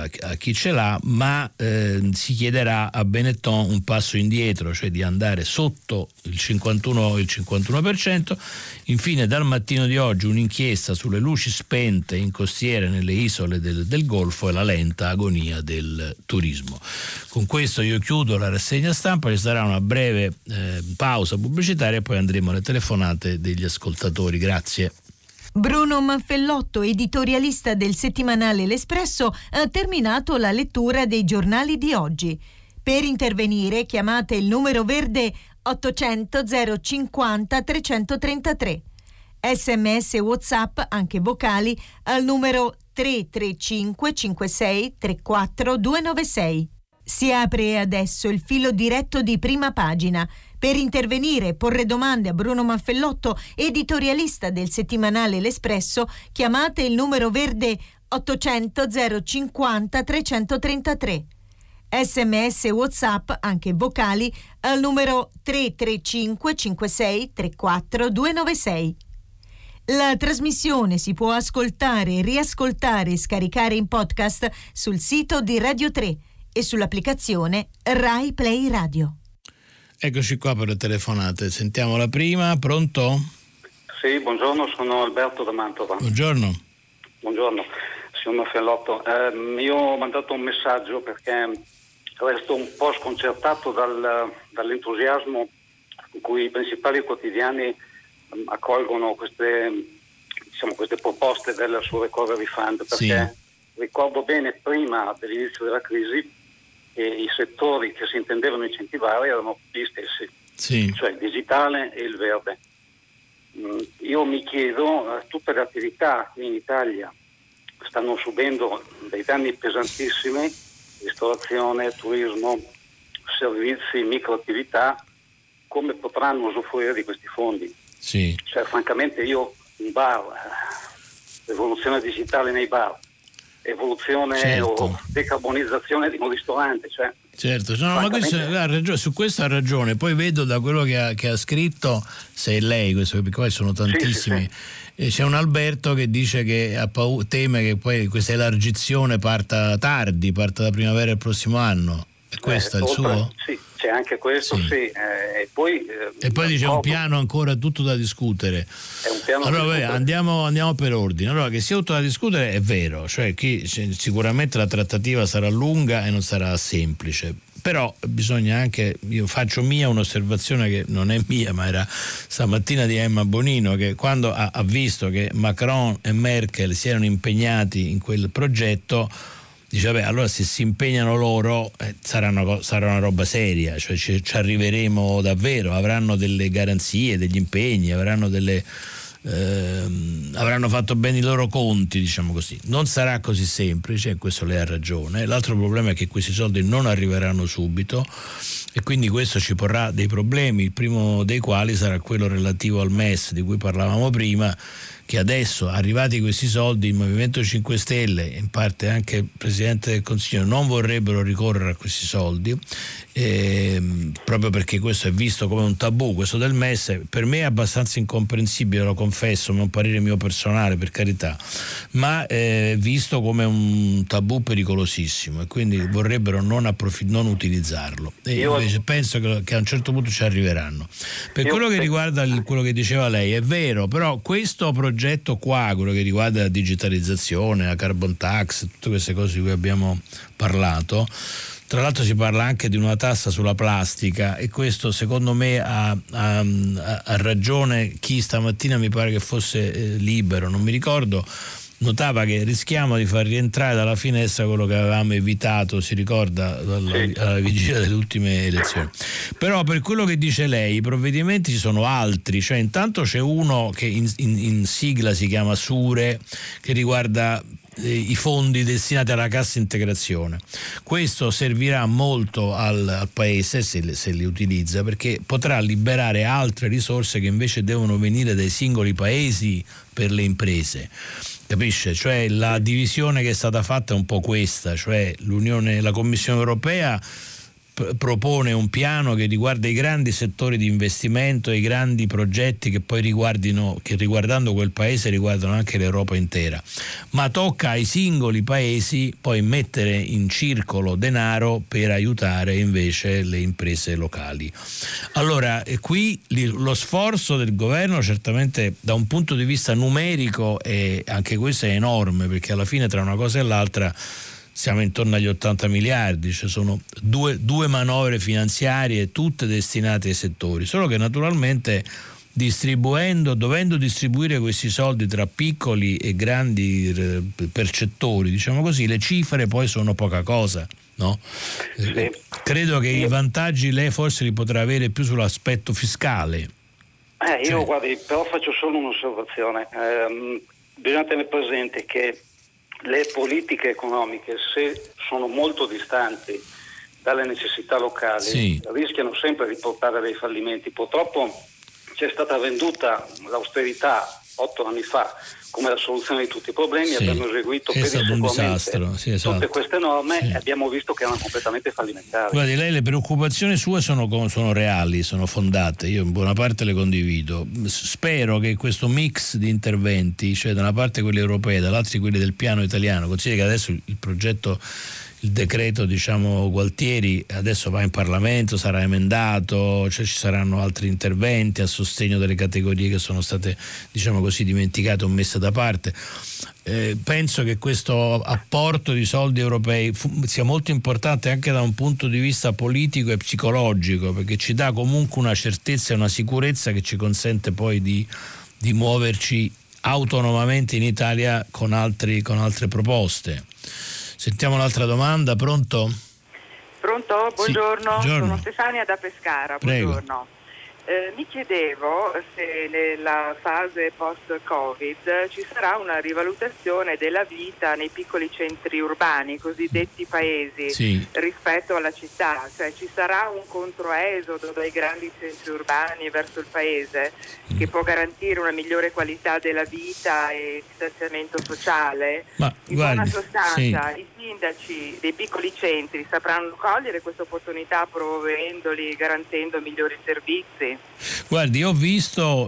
Speaker 2: a chi ce l'ha, ma eh, si chiederà a Benetton un passo indietro, cioè di andare sotto il cinquantuno il cinquantuno per cento. Infine, dal mattino di oggi un'inchiesta sulle luci spente in costiere nelle isole del, del Golfo e la lenta agonia del turismo. Con questo io chiudo la rassegna stampa, ci sarà una breve eh, pausa pubblicitaria e poi andremo alle telefonate degli ascoltatori. Grazie.
Speaker 1: Bruno Manfellotto, editorialista del settimanale L'Espresso, ha terminato la lettura dei giornali di oggi. Per intervenire chiamate il numero verde ottocento zero cinquanta trecentotrentatré. Sms e WhatsApp, anche vocali, al numero tre tre cinque cinque sei tre quattro due nove sei. Si apre adesso il filo diretto di Prima Pagina. Per intervenire e porre domande a Bruno Manfellotto, editorialista del settimanale L'Espresso, chiamate il numero verde ottocento zero cinquanta trecentotrentatré. Sms e WhatsApp, anche vocali, al numero tre tre cinque cinque sei tre quattro due nove sei. La trasmissione si può ascoltare, riascoltare e scaricare in podcast sul sito di Radio tre e sull'applicazione Rai Play Radio.
Speaker 2: Eccoci qua per le telefonate. Sentiamo la prima. Pronto?
Speaker 3: Sì, buongiorno, sono Alberto da Mantova.
Speaker 2: Buongiorno.
Speaker 3: Buongiorno, signor Manfellotto. Eh, io ho mandato un messaggio perché resto un po' sconcertato dal, dall'entusiasmo con cui i principali quotidiani accolgono queste, diciamo, queste proposte del suo recovery fund, perché sì, ricordo bene prima dell'inizio della crisi e i settori che si intendevano incentivare erano gli stessi, sì, cioè il digitale e il verde. Io mi chiedo, tutte le attività qui in Italia stanno subendo dei danni pesantissimi, ristorazione, turismo, servizi, microattività, come potranno usufruire di questi fondi?
Speaker 2: Sì.
Speaker 3: Cioè, francamente io un bar, evoluzione digitale nei bar, evoluzione
Speaker 2: certo,
Speaker 3: o decarbonizzazione di un ristorante, cioè
Speaker 2: certo, no, ma questo, ha ragione, su questo ha ragione. Poi vedo da quello che ha, che ha scritto, se è lei, questo, perché poi sono tantissimi, sì, sì, sì. C'è un Alberto che dice che ha paura, teme che poi questa elargizione parta tardi, parta da primavera del prossimo anno. E questo eh, è il
Speaker 3: oltre,
Speaker 2: suo?
Speaker 3: Sì, c'è anche questo, sì, sì. Eh, e poi eh,
Speaker 2: e poi dice un piano ancora tutto da discutere.
Speaker 3: È un piano
Speaker 2: allora vabbè, andiamo, andiamo per ordine. Allora, che sia tutto da discutere è vero, cioè chi, sicuramente la trattativa sarà lunga e non sarà semplice, però bisogna anche, io faccio mia un'osservazione che non è mia ma era stamattina di Emma Bonino, che quando ha, ha visto che Macron e Merkel si erano impegnati in quel progetto dice vabbè, allora se si impegnano loro eh, sarà, una, sarà una roba seria, cioè ci, ci arriveremo davvero, avranno delle garanzie, degli impegni, avranno delle ehm, avranno fatto bene i loro conti, diciamo così. Non sarà così semplice, e questo lei ha ragione. L'altro problema è che questi soldi non arriveranno subito e quindi questo ci porrà dei problemi, il primo dei quali sarà quello relativo al M E S di cui parlavamo prima, che adesso, arrivati questi soldi, il Movimento cinque Stelle e in parte anche il Presidente del Consiglio non vorrebbero ricorrere a questi soldi, eh, proprio perché questo è visto come un tabù, questo del M E S. Per me è abbastanza incomprensibile, lo confesso, ma è un parere mio personale, per carità, ma è visto come un tabù pericolosissimo e quindi vorrebbero non, approfitt- non utilizzarlo. E io invece penso che, che a un certo punto ci arriveranno. Per quello che riguarda il, quello che diceva lei, è vero, però questo progetto progetto qua, quello che riguarda la digitalizzazione, la carbon tax, tutte queste cose di cui abbiamo parlato, tra l'altro si parla anche di una tassa sulla plastica e questo secondo me ha, ha, ha ragione chi stamattina, mi pare che fosse eh, Libero, non mi ricordo, notava che rischiamo di far rientrare dalla finestra quello che avevamo evitato, si ricorda, alla, alla vigilia delle ultime elezioni. Però per quello che dice lei, i provvedimenti ci sono altri, cioè intanto c'è uno che in, in, in sigla si chiama SURE, che riguarda eh, i fondi destinati alla cassa integrazione. Questo servirà molto al, al paese se, se li utilizza, perché potrà liberare altre risorse che invece devono venire dai singoli paesi per le imprese. Capisce? Cioè la divisione che è stata fatta è un po' questa, cioè l'Unione, la Commissione Europea p- propone un piano che riguarda i grandi settori di investimento e i grandi progetti che poi riguardino, che riguardando quel paese riguardano anche l'Europa intera, ma tocca ai singoli paesi poi mettere in circolo denaro per aiutare invece le imprese locali. Allora, eh, qui li, lo sforzo del governo certamente da un punto di vista numerico è, anche questo è enorme, perché alla fine tra una cosa e l'altra siamo intorno agli ottanta miliardi, cioè sono due, due manovre finanziarie tutte destinate ai settori, solo che naturalmente distribuendo, dovendo distribuire questi soldi tra piccoli e grandi percettori, diciamo così, le cifre poi sono poca cosa, no?
Speaker 3: Sì.
Speaker 2: Credo che i vantaggi lei forse li potrà avere più sull'aspetto fiscale.
Speaker 3: Eh, io
Speaker 2: Cioè...
Speaker 3: guardi, però faccio solo un'osservazione. Eh, bisogna tenere presente che le politiche economiche, se sono molto distanti dalle necessità locali, sì, rischiano sempre di portare a dei fallimenti. Purtroppo c'è stata venduta l'austerità otto anni fa come la soluzione di tutti i problemi, sì, abbiamo eseguito pedissequamente sì, esatto. tutte queste norme sì. e abbiamo visto che erano completamente fallimentari.
Speaker 2: Guardi, lei le preoccupazioni sue sono, sono reali, sono fondate, io in buona parte le condivido. Spero che questo mix di interventi, cioè da una parte quelli europei, dall'altra quelli del piano italiano, consideri che adesso il progetto, il decreto diciamo Gualtieri adesso va in Parlamento, sarà emendato, cioè ci saranno altri interventi a sostegno delle categorie che sono state diciamo così dimenticate o messe da parte. Eh, penso che questo apporto di soldi europei fu, sia molto importante anche da un punto di vista politico e psicologico, perché ci dà comunque una certezza e una sicurezza che ci consente poi di, di muoverci autonomamente in Italia con, altri, con altre proposte. Sentiamo un'altra domanda, pronto?
Speaker 4: Pronto? Buongiorno,
Speaker 2: sì,
Speaker 4: sono Stefania da Pescara,
Speaker 2: Prego.
Speaker 4: buongiorno. Eh, mi chiedevo se nella fase post-Covid ci sarà una rivalutazione della vita nei piccoli centri urbani, cosiddetti paesi,
Speaker 2: sì,
Speaker 4: rispetto alla città, cioè ci sarà un controesodo dai grandi centri urbani verso il paese che può garantire una migliore qualità della vita e distanziamento sociale.
Speaker 2: Ma,
Speaker 4: in
Speaker 2: guardi,
Speaker 4: buona sostanza,
Speaker 2: sì,
Speaker 4: i sindaci dei piccoli centri sapranno cogliere questa opportunità promuovendoli, garantendo migliori servizi?
Speaker 2: Guardi, io ho visto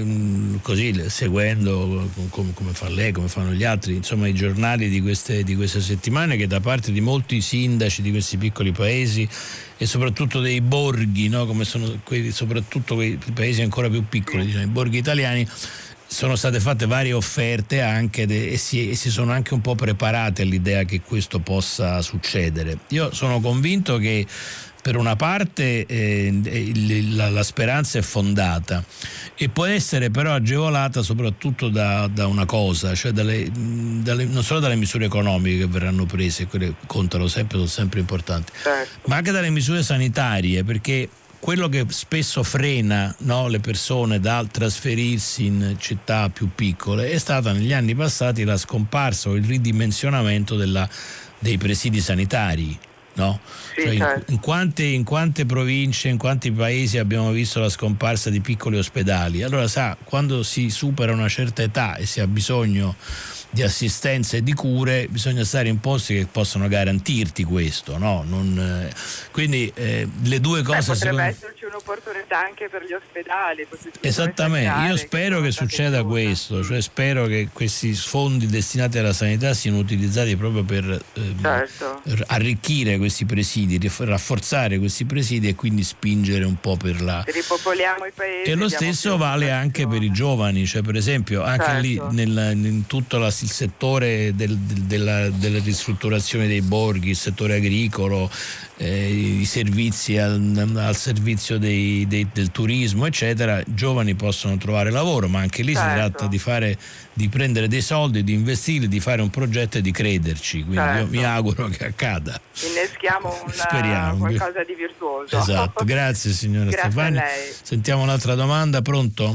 Speaker 2: mh, così seguendo come, come fa lei, come fanno gli altri, insomma i giornali di queste, di queste settimane, che da parte di molti sindaci di questi piccoli paesi e soprattutto dei borghi, no? Come sono quelli, soprattutto quei paesi ancora più piccoli, diciamo, i borghi italiani, sono state fatte varie offerte anche de, e, si, e si sono anche un po' preparate all'idea che questo possa succedere. Io sono convinto che per una parte eh, la, la speranza è fondata e può essere però agevolata soprattutto da, da una cosa, cioè dalle, dalle, non solo dalle misure economiche che verranno prese, quelle contano sempre, sono sempre importanti,
Speaker 4: certo,
Speaker 2: ma anche dalle misure sanitarie, perché quello che spesso frena, no, le persone dal trasferirsi in città più piccole è stata negli anni passati la scomparsa o il ridimensionamento della, dei presidi sanitari. No?
Speaker 4: Sì,
Speaker 2: cioè,
Speaker 4: certo.
Speaker 2: in, in, quante, in quante province, in quanti paesi abbiamo visto la scomparsa di piccoli ospedali? Allora sa, quando si supera una certa età e si ha bisogno di assistenza e di cure, bisogna stare in posti che possono garantirti questo, no? Non, eh, quindi eh, le due cose. Beh,
Speaker 4: potrebbe
Speaker 2: secondo...
Speaker 4: esserci un'opportunità anche per gli ospedali.
Speaker 2: Esattamente, io spero che, che succeda questo, cioè spero che questi fondi destinati alla sanità siano utilizzati proprio per eh,
Speaker 4: certo.
Speaker 2: arricchire questi presidi, rafforzare questi presidi e quindi spingere un po' per la...
Speaker 4: Se ripopoliamo i paesi.
Speaker 2: E lo stesso vale anche per i giovani, cioè per esempio anche certo. lì nel, in tutto la, il settore del, del, della, della ristrutturazione dei borghi, il settore agricolo, eh, i servizi al, al servizio dei, dei, del turismo eccetera, giovani possono trovare lavoro, ma anche lì certo. si tratta di fare, di prendere dei soldi, di investirli, di fare un progetto e di crederci, quindi certo. io mi auguro che accada.
Speaker 4: Inneschiamo una, qualcosa di virtuoso.
Speaker 2: Esatto, grazie signora
Speaker 4: grazie
Speaker 2: Stefani.
Speaker 4: A lei.
Speaker 2: Sentiamo un'altra domanda, pronto?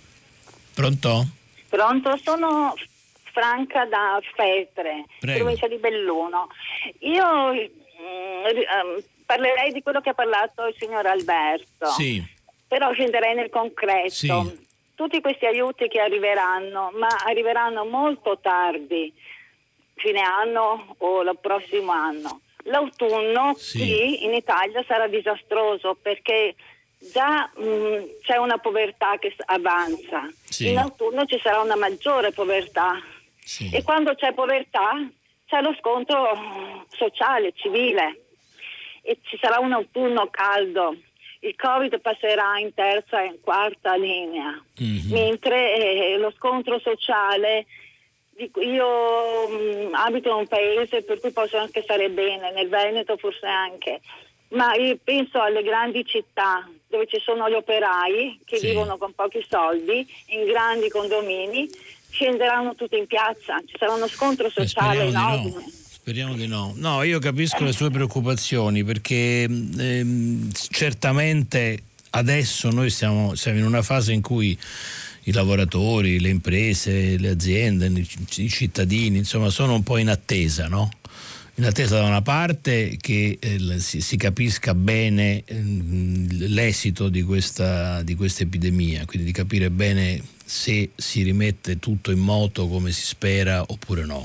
Speaker 2: Pronto?
Speaker 5: Pronto, sono Franca da Feltre,
Speaker 2: Prego.
Speaker 5: provincia di Belluno. Io mh, parlerei di quello che ha parlato il signor Alberto,
Speaker 2: sì.
Speaker 5: però scenderei nel concreto.
Speaker 2: Sì.
Speaker 5: Tutti questi aiuti che arriveranno, ma arriveranno molto tardi, fine anno o il prossimo anno. l'autunno
Speaker 2: sì.
Speaker 5: qui in Italia sarà disastroso, perché già mh, c'è una povertà che avanza,
Speaker 2: sì.
Speaker 5: in autunno ci sarà una maggiore povertà,
Speaker 2: sì.
Speaker 5: e quando c'è povertà c'è lo scontro sociale, civile, e ci sarà un autunno caldo. Il Covid passerà in terza e in quarta linea, mm-hmm. mentre eh, lo scontro sociale, io mh, abito in un paese per cui posso anche stare bene, nel Veneto forse anche, ma io penso alle grandi città dove ci sono gli operai che sì. vivono con pochi soldi in grandi condomini, scenderanno tutti in piazza, ci sarà uno scontro sociale enorme.
Speaker 2: Speriamo di no. No, io capisco le sue preoccupazioni, perché ehm, certamente adesso noi siamo, siamo in una fase in cui i lavoratori, le imprese, le aziende, i cittadini, insomma, sono un po' in attesa, no? In attesa da una parte che eh, si, si capisca bene eh, l'esito di questa, di questa epidemia, quindi di capire bene se si rimette tutto in moto come si spera oppure no.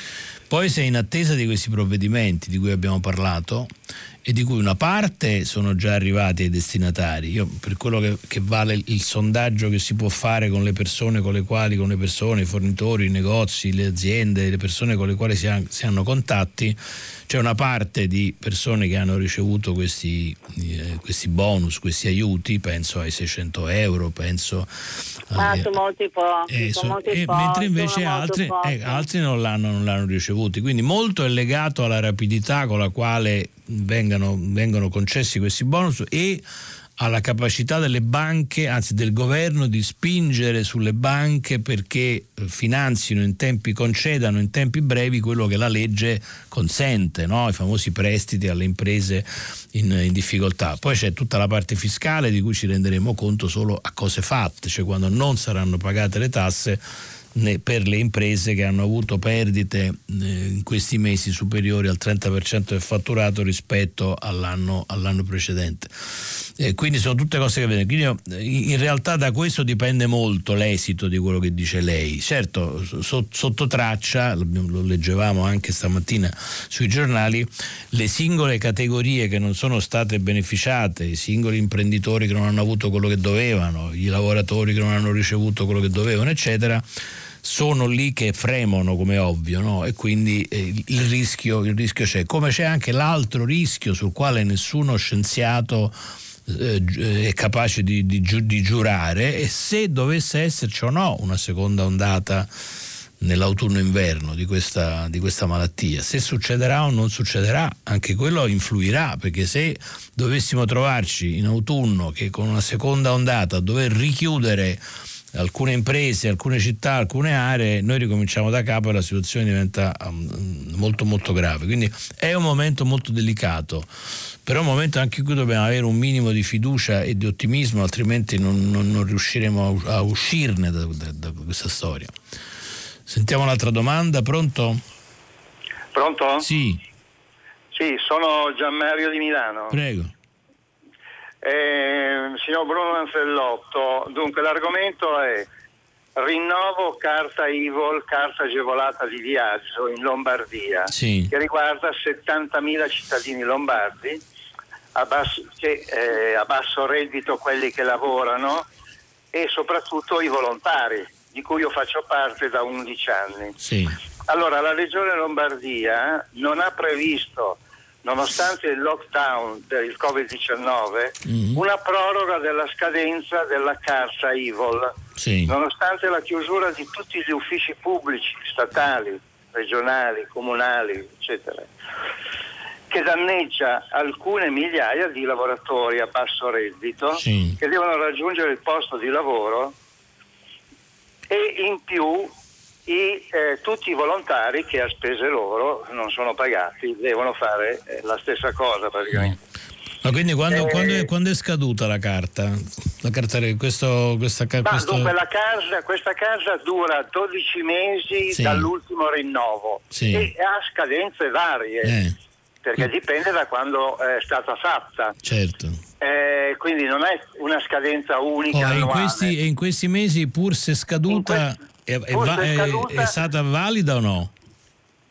Speaker 2: Poi si è in attesa di questi provvedimenti di cui abbiamo parlato e di cui una parte sono già arrivati ai destinatari. Io, per quello che, che vale il sondaggio che si può fare con le persone con le quali, con le persone, i fornitori, i negozi, le aziende, le persone con le quali si, ha, si hanno contatti, c'è una parte di persone che hanno ricevuto questi, eh, questi bonus, questi aiuti, penso ai seicento euro, penso
Speaker 5: ma
Speaker 2: alle,
Speaker 5: sono molti pochi,
Speaker 2: eh,
Speaker 5: sono molti
Speaker 2: eh,
Speaker 5: pochi,
Speaker 2: mentre invece
Speaker 5: sono
Speaker 2: altri, eh, altri non l'hanno, non l'hanno ricevuti, quindi molto è legato alla rapidità con la quale vengano, vengono concessi questi bonus e alla capacità delle banche, anzi del governo, di spingere sulle banche perché finanzino in tempi, concedano in tempi brevi quello che la legge consente, no? I famosi prestiti alle imprese in, in difficoltà. Poi c'è tutta la parte fiscale di cui ci renderemo conto solo a cose fatte, cioè quando non saranno pagate le tasse per le imprese che hanno avuto perdite in questi mesi superiori al trenta per cento del fatturato rispetto all'anno, all'anno precedente. E quindi sono tutte cose che vedono. Quindi in realtà da questo dipende molto l'esito di quello che dice lei. Certo, sotto traccia, lo leggevamo anche stamattina sui giornali, le singole categorie che non sono state beneficiate, i singoli imprenditori che non hanno avuto quello che dovevano, i lavoratori che non hanno ricevuto quello che dovevano, eccetera, sono lì che fremono, come ovvio, no? E quindi eh, il rischio, il rischio c'è, come c'è anche l'altro rischio sul quale nessuno scienziato eh, è capace di, di, di giurare, e se dovesse esserci o no una seconda ondata nell'autunno-inverno di questa, di questa malattia, se succederà o non succederà, anche quello influirà, perché se dovessimo trovarci in autunno che con una seconda ondata dover richiudere alcune imprese, alcune città, alcune aree, noi ricominciamo da capo e la situazione diventa um, molto molto grave. Quindi è un momento molto delicato, però è un momento anche in cui dobbiamo avere un minimo di fiducia e di ottimismo, altrimenti non, non, non riusciremo a, a uscirne da, da, da questa storia. Sentiamo un'altra domanda, pronto?
Speaker 6: Pronto?
Speaker 2: Sì.
Speaker 6: Sì, sono Gianmario di Milano.
Speaker 2: Prego.
Speaker 6: Eh, signor Bruno Manfellotto, dunque l'argomento è rinnovo carta I V O L, carta agevolata di viaggio in Lombardia,
Speaker 2: sì.
Speaker 6: che riguarda settantamila cittadini lombardi a basso, che, eh, a basso reddito, quelli che lavorano, e soprattutto i volontari, di cui io faccio parte da undici anni.
Speaker 2: Sì.
Speaker 6: Allora, la Regione Lombardia non ha previsto, nonostante il lockdown per il covid diciannove, mm-hmm. una proroga della scadenza della carta I V O L,
Speaker 2: sì.
Speaker 6: nonostante la chiusura di tutti gli uffici pubblici, statali, regionali, comunali, eccetera, che danneggia alcune migliaia di lavoratori a basso reddito, sì. che devono raggiungere il posto di lavoro, e in più I, eh, tutti i volontari che a spese loro non sono pagati devono fare eh, la stessa cosa praticamente.
Speaker 2: Ma quindi quando,
Speaker 6: eh,
Speaker 2: quando, è, quando è scaduta la carta? La carta questo, questa,
Speaker 6: ma
Speaker 2: questo...
Speaker 6: dunque la casa, questa casa dura dodici mesi, sì. dall'ultimo rinnovo, sì. e ha scadenze varie, eh. perché dipende da quando è stata fatta.
Speaker 2: Certo.
Speaker 6: Eh, quindi non è una scadenza unica.
Speaker 2: Oh,
Speaker 6: annuale.
Speaker 2: In questi, in questi mesi, pur se scaduta, È, è, va- è, è stata valida o no?
Speaker 6: No,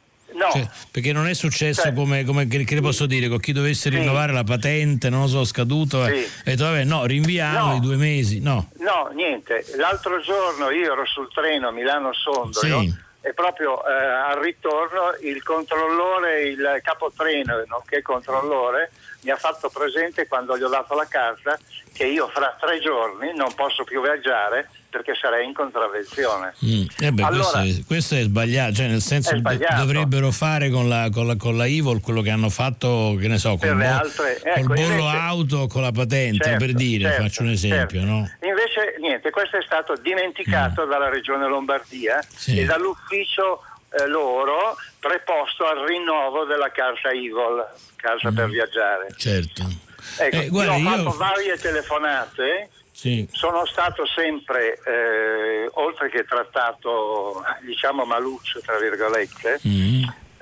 Speaker 6: No.
Speaker 2: Cioè, perché non è successo
Speaker 6: cioè,
Speaker 2: come, come che, che ne posso dire, con chi dovesse sì. rinnovare la patente, non lo so, scaduto, sì. e detto vabbè no, rinviamo no. i due mesi, no.
Speaker 6: No, niente. L'altro giorno io ero sul treno Milano-Sondrio sì. e proprio eh, al ritorno il controllore, il capotreno, nonché controllore, mi ha fatto presente quando gli ho dato la carta che io fra tre giorni non posso più viaggiare perché sarei in contravvenzione.
Speaker 2: Mm. Eh beh,
Speaker 6: allora,
Speaker 2: questo, è, questo è sbagliato, cioè nel senso do, dovrebbero fare con la, con, la, con la I V O L quello che hanno fatto, che ne so, con il
Speaker 6: altre, ecco,
Speaker 2: bollo
Speaker 6: invece,
Speaker 2: auto, con la patente, certo, per dire,
Speaker 6: certo,
Speaker 2: faccio un esempio.
Speaker 6: Certo.
Speaker 2: No?
Speaker 6: Invece niente, questo è stato dimenticato mm. dalla Regione Lombardia sì. e dall'ufficio eh, loro preposto al rinnovo della carta I V O L, carta mm. per viaggiare.
Speaker 2: Certo.
Speaker 6: Ecco,
Speaker 2: eh, guarda,
Speaker 6: io ho
Speaker 2: io...
Speaker 6: fatto varie telefonate.
Speaker 2: Sì.
Speaker 6: Sono stato sempre, eh, oltre che trattato, diciamo, maluccio, tra virgolette, mm.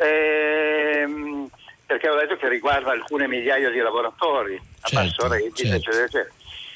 Speaker 6: ehm, perché ho detto che riguarda alcune migliaia di lavoratori a
Speaker 2: certo,
Speaker 6: basso reddito, certo. eccetera, eccetera.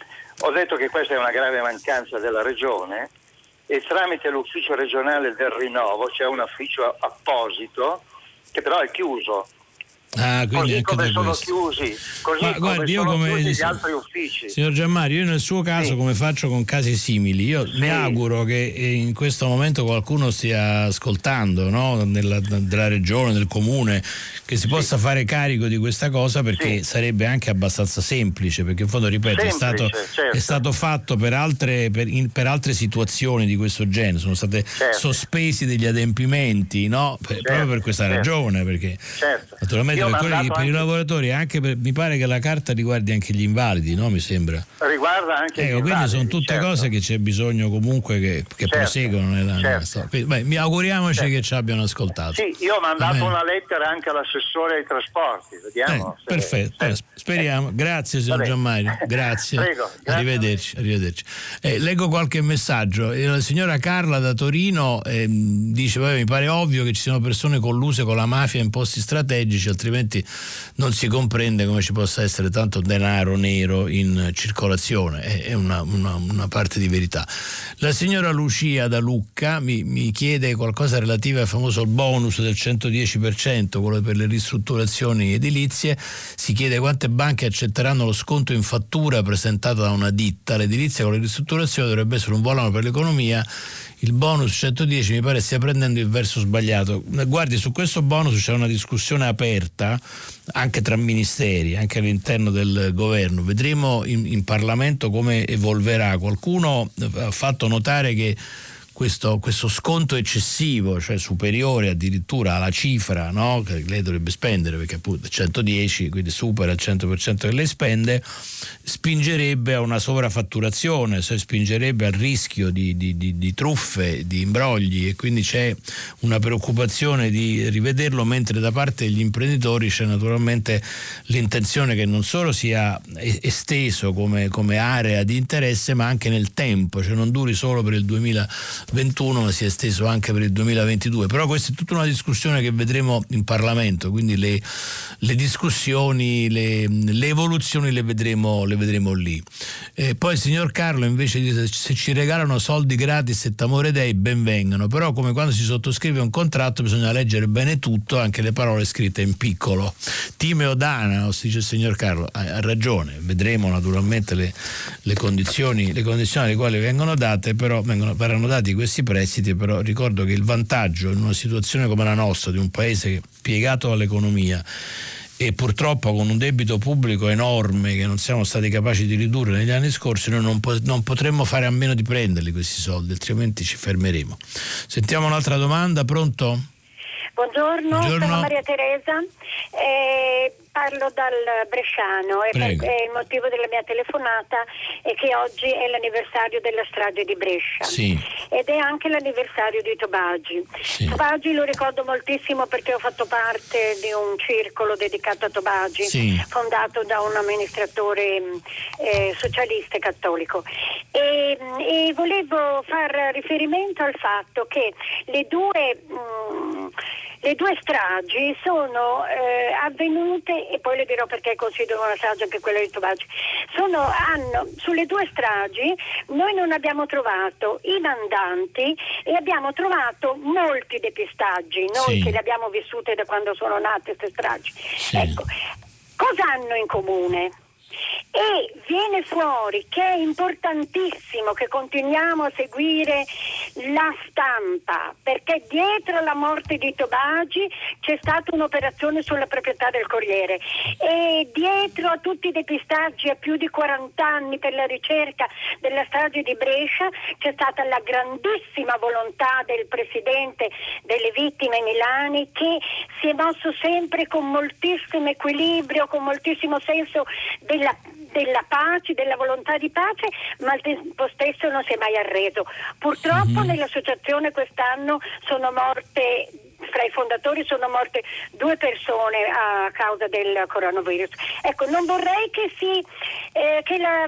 Speaker 6: Ho detto che questa è una grave mancanza della Regione e tramite l'ufficio regionale del rinnovo c'è un ufficio apposito che però è chiuso.
Speaker 2: Ah,
Speaker 6: così come sono questo. chiusi, così
Speaker 2: Ma,
Speaker 6: come
Speaker 2: guardi,
Speaker 6: sono
Speaker 2: come,
Speaker 6: chiusi gli altri uffici.
Speaker 2: Signor Gianmario, io nel suo caso, sì. come faccio con casi simili, io sì. mi auguro che in questo momento qualcuno stia ascoltando, no? Nella, della regione, del comune, che si sì. possa fare carico di questa cosa, perché sì. sarebbe anche abbastanza semplice, perché in fondo, ripeto, semplice, è, stato, certo. è stato fatto per altre, per, in, per altre situazioni di questo genere, sono state certo. sospesi degli adempimenti, no? Per, certo. proprio per questa certo. ragione, perché certo. naturalmente per, quelli, per i lavoratori, anche per, mi pare che la carta riguardi anche gli invalidi, no? Mi sembra.
Speaker 6: Riguarda anche
Speaker 2: ecco,
Speaker 6: gli
Speaker 2: quindi
Speaker 6: invalidi,
Speaker 2: sono tutte
Speaker 6: certo.
Speaker 2: cose che c'è bisogno comunque che, che certo. proseguono nella, certo. nella storia. Quindi, beh, mi auguriamoci certo. che ci abbiano ascoltato.
Speaker 6: Sì, io ho mandato una lettera anche all'assessore ai trasporti, vediamo.
Speaker 2: Eh, se, perfetto, se, speriamo. Grazie signor Gianmario, grazie.
Speaker 6: Prego, grazie.
Speaker 2: Arrivederci, arrivederci. Eh, leggo qualche messaggio. La signora Carla da Torino eh, dice: vabbè, mi pare ovvio che ci siano persone colluse con la mafia in posti strategici, altrimenti non si comprende come ci possa essere tanto denaro nero in circolazione. È una, una, una parte di verità. La signora Lucia da Lucca mi, mi chiede qualcosa relativo al famoso bonus del centodieci per cento, quello per le ristrutturazioni edilizie. Si chiede quante banche accetteranno lo sconto in fattura presentato da una ditta. L'edilizia con le ristrutturazioni dovrebbe essere un volano per l'economia. Il bonus centodieci mi pare stia prendendo il verso sbagliato. Guardi, su questo bonus c'è una discussione aperta anche tra ministeri, anche all'interno del governo. Vedremo in, in Parlamento come evolverà. Qualcuno ha fatto notare che Questo, questo sconto eccessivo, cioè superiore addirittura alla cifra, no? Che lei dovrebbe spendere, perché appunto centodieci, quindi supera il cento per cento che lei spende, spingerebbe a una sovrafatturazione, cioè spingerebbe al rischio di, di, di, di truffe, di imbrogli, e quindi c'è una preoccupazione di rivederlo, mentre da parte degli imprenditori c'è naturalmente l'intenzione che non solo sia esteso come, come area di interesse, ma anche nel tempo, cioè non duri solo per il duemilaventuno ma si è esteso anche per il duemilaventidue. Però questa è tutta una discussione che vedremo in Parlamento, quindi le, le discussioni, le, le evoluzioni le vedremo, le vedremo lì. E poi il signor Carlo invece dice: se ci regalano soldi gratis e t'amore dei, ben vengano, però come quando si sottoscrive un contratto bisogna leggere bene tutto, anche le parole scritte in piccolo. Timeo Danaos, dice il signor Carlo, ha, ha ragione, vedremo naturalmente le, le condizioni le condizioni alle quali vengono date, però vengono, verranno dati questi prestiti. Però ricordo che il vantaggio in una situazione come la nostra, di un paese piegato all'economia e purtroppo con un debito pubblico enorme che non siamo stati capaci di ridurre negli anni scorsi, noi non, po- non potremmo fare a meno di prenderli questi soldi, altrimenti ci fermeremo. Sentiamo un'altra domanda. Pronto?
Speaker 7: Buongiorno,
Speaker 2: Buongiorno.
Speaker 7: sono Maria Teresa, eh, parlo dal Bresciano e per, eh, il motivo della mia telefonata è che oggi è l'anniversario della strage di Brescia,
Speaker 2: sì.
Speaker 7: ed è anche l'anniversario di Tobagi. Sì. Tobagi lo ricordo moltissimo perché ho fatto parte di un circolo dedicato a Tobagi, sì. fondato da un amministratore eh, socialista e cattolico, e, e volevo far riferimento al fatto che le due mh, le due stragi sono eh, avvenute, e poi le dirò perché considero una strage anche quella di Tobagi. Sono, hanno, sulle due stragi noi non abbiamo trovato i mandanti e abbiamo trovato molti depistaggi, noi sì. che le abbiamo vissute da quando sono nate queste stragi. Sì. Ecco, cosa hanno in comune? E viene fuori che è importantissimo che continuiamo a seguire la stampa, perché dietro la morte di Tobagi c'è stata un'operazione sulla proprietà del Corriere e dietro a tutti i depistaggi a più di quaranta anni per la ricerca della strage di Brescia c'è stata la grandissima volontà del presidente delle vittime Milani, che si è mosso sempre con moltissimo equilibrio, con moltissimo senso della della pace, della volontà di pace, ma al tempo stesso non si è mai arreso. Purtroppo mm-hmm. nell'associazione quest'anno sono morte, fra i fondatori sono morte due persone a causa del coronavirus. Ecco, non vorrei che si eh, che la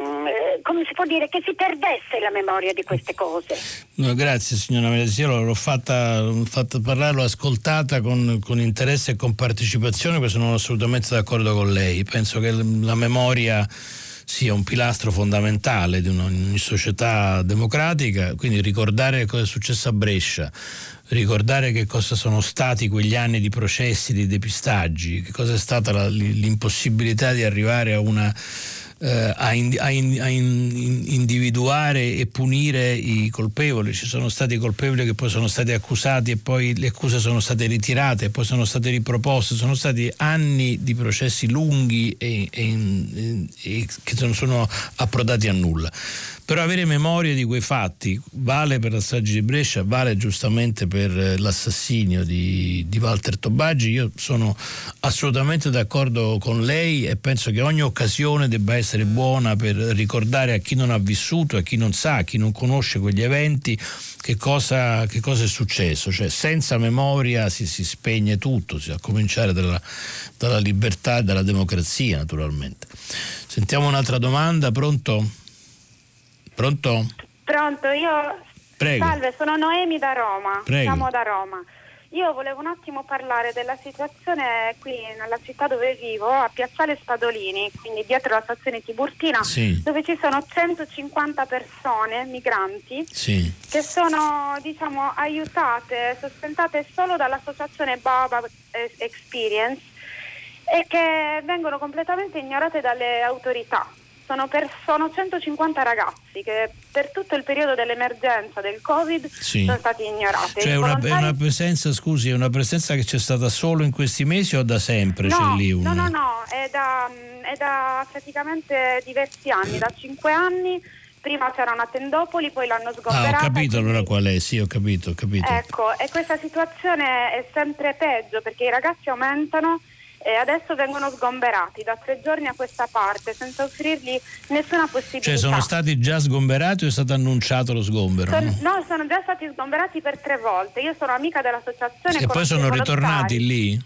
Speaker 7: eh, come si può dire, che si perdesse la memoria di queste cose.
Speaker 2: No, grazie signora Melesiero, l'ho fatta, l'ho fatta parlare, l'ho ascoltata con, con interesse e con partecipazione, perché sono assolutamente d'accordo con lei. Penso che la memoria sia un pilastro fondamentale di una, una società democratica, quindi ricordare cosa è successo a Brescia, ricordare che cosa sono stati quegli anni di processi, di depistaggi, che cosa è stata la, l'impossibilità di arrivare a una eh, a, in, a, in, a in, individuare e punire i colpevoli. Ci sono stati colpevoli che poi sono stati accusati e poi le accuse sono state ritirate e poi sono state riproposte. Sono stati anni di processi lunghi e, e, e che non sono approdati a nulla. Però avere memoria di quei fatti vale per la strage di Brescia, vale giustamente per l'assassinio di, di Walter Tobagi. Io sono assolutamente d'accordo con lei e penso che ogni occasione debba essere buona per ricordare a chi non ha vissuto, a chi non sa, a chi non conosce quegli eventi, che cosa, che cosa è successo. Cioè, senza memoria si, si spegne tutto, a cominciare dalla, dalla libertà e dalla democrazia, naturalmente. Sentiamo un'altra domanda, pronto? Pronto?
Speaker 8: Pronto, io
Speaker 2: Prego.
Speaker 8: Salve, sono Noemi da Roma.
Speaker 2: Prego.
Speaker 8: Siamo da Roma. Io volevo un attimo parlare della situazione qui nella città dove vivo, a Piazzale Spadolini, quindi dietro la stazione Tiburtina,
Speaker 2: sì.
Speaker 8: dove ci sono centocinquanta persone, migranti,
Speaker 2: sì.
Speaker 8: che sono, diciamo, aiutate, sostentate solo dall'associazione Baobab Experience e che vengono completamente ignorate dalle autorità. Sono, per, sono centocinquanta ragazzi che per tutto il periodo dell'emergenza del Covid sì. sono stati ignorati.
Speaker 2: Cioè una, volontari... una presenza, scusi, è una presenza che c'è stata solo in questi mesi o da sempre?
Speaker 8: No,
Speaker 2: c'è lì una...
Speaker 8: no, no, no, è da, è da praticamente diversi anni, da cinque anni. Prima c'erano a Tendopoli, poi l'hanno sgomberata.
Speaker 2: Ah, ho capito
Speaker 8: quindi...
Speaker 2: allora qual è, sì, ho capito, ho capito.
Speaker 8: Ecco, e questa situazione è sempre peggio perché i ragazzi aumentano e adesso vengono sgomberati da tre giorni a questa parte senza offrirgli nessuna possibilità.
Speaker 2: Cioè sono stati già sgomberati o è stato annunciato lo sgombero?
Speaker 8: Son, no, sono già stati sgomberati per tre volte. Io sono amica dell'associazione.
Speaker 2: E poi sono ritornati lì?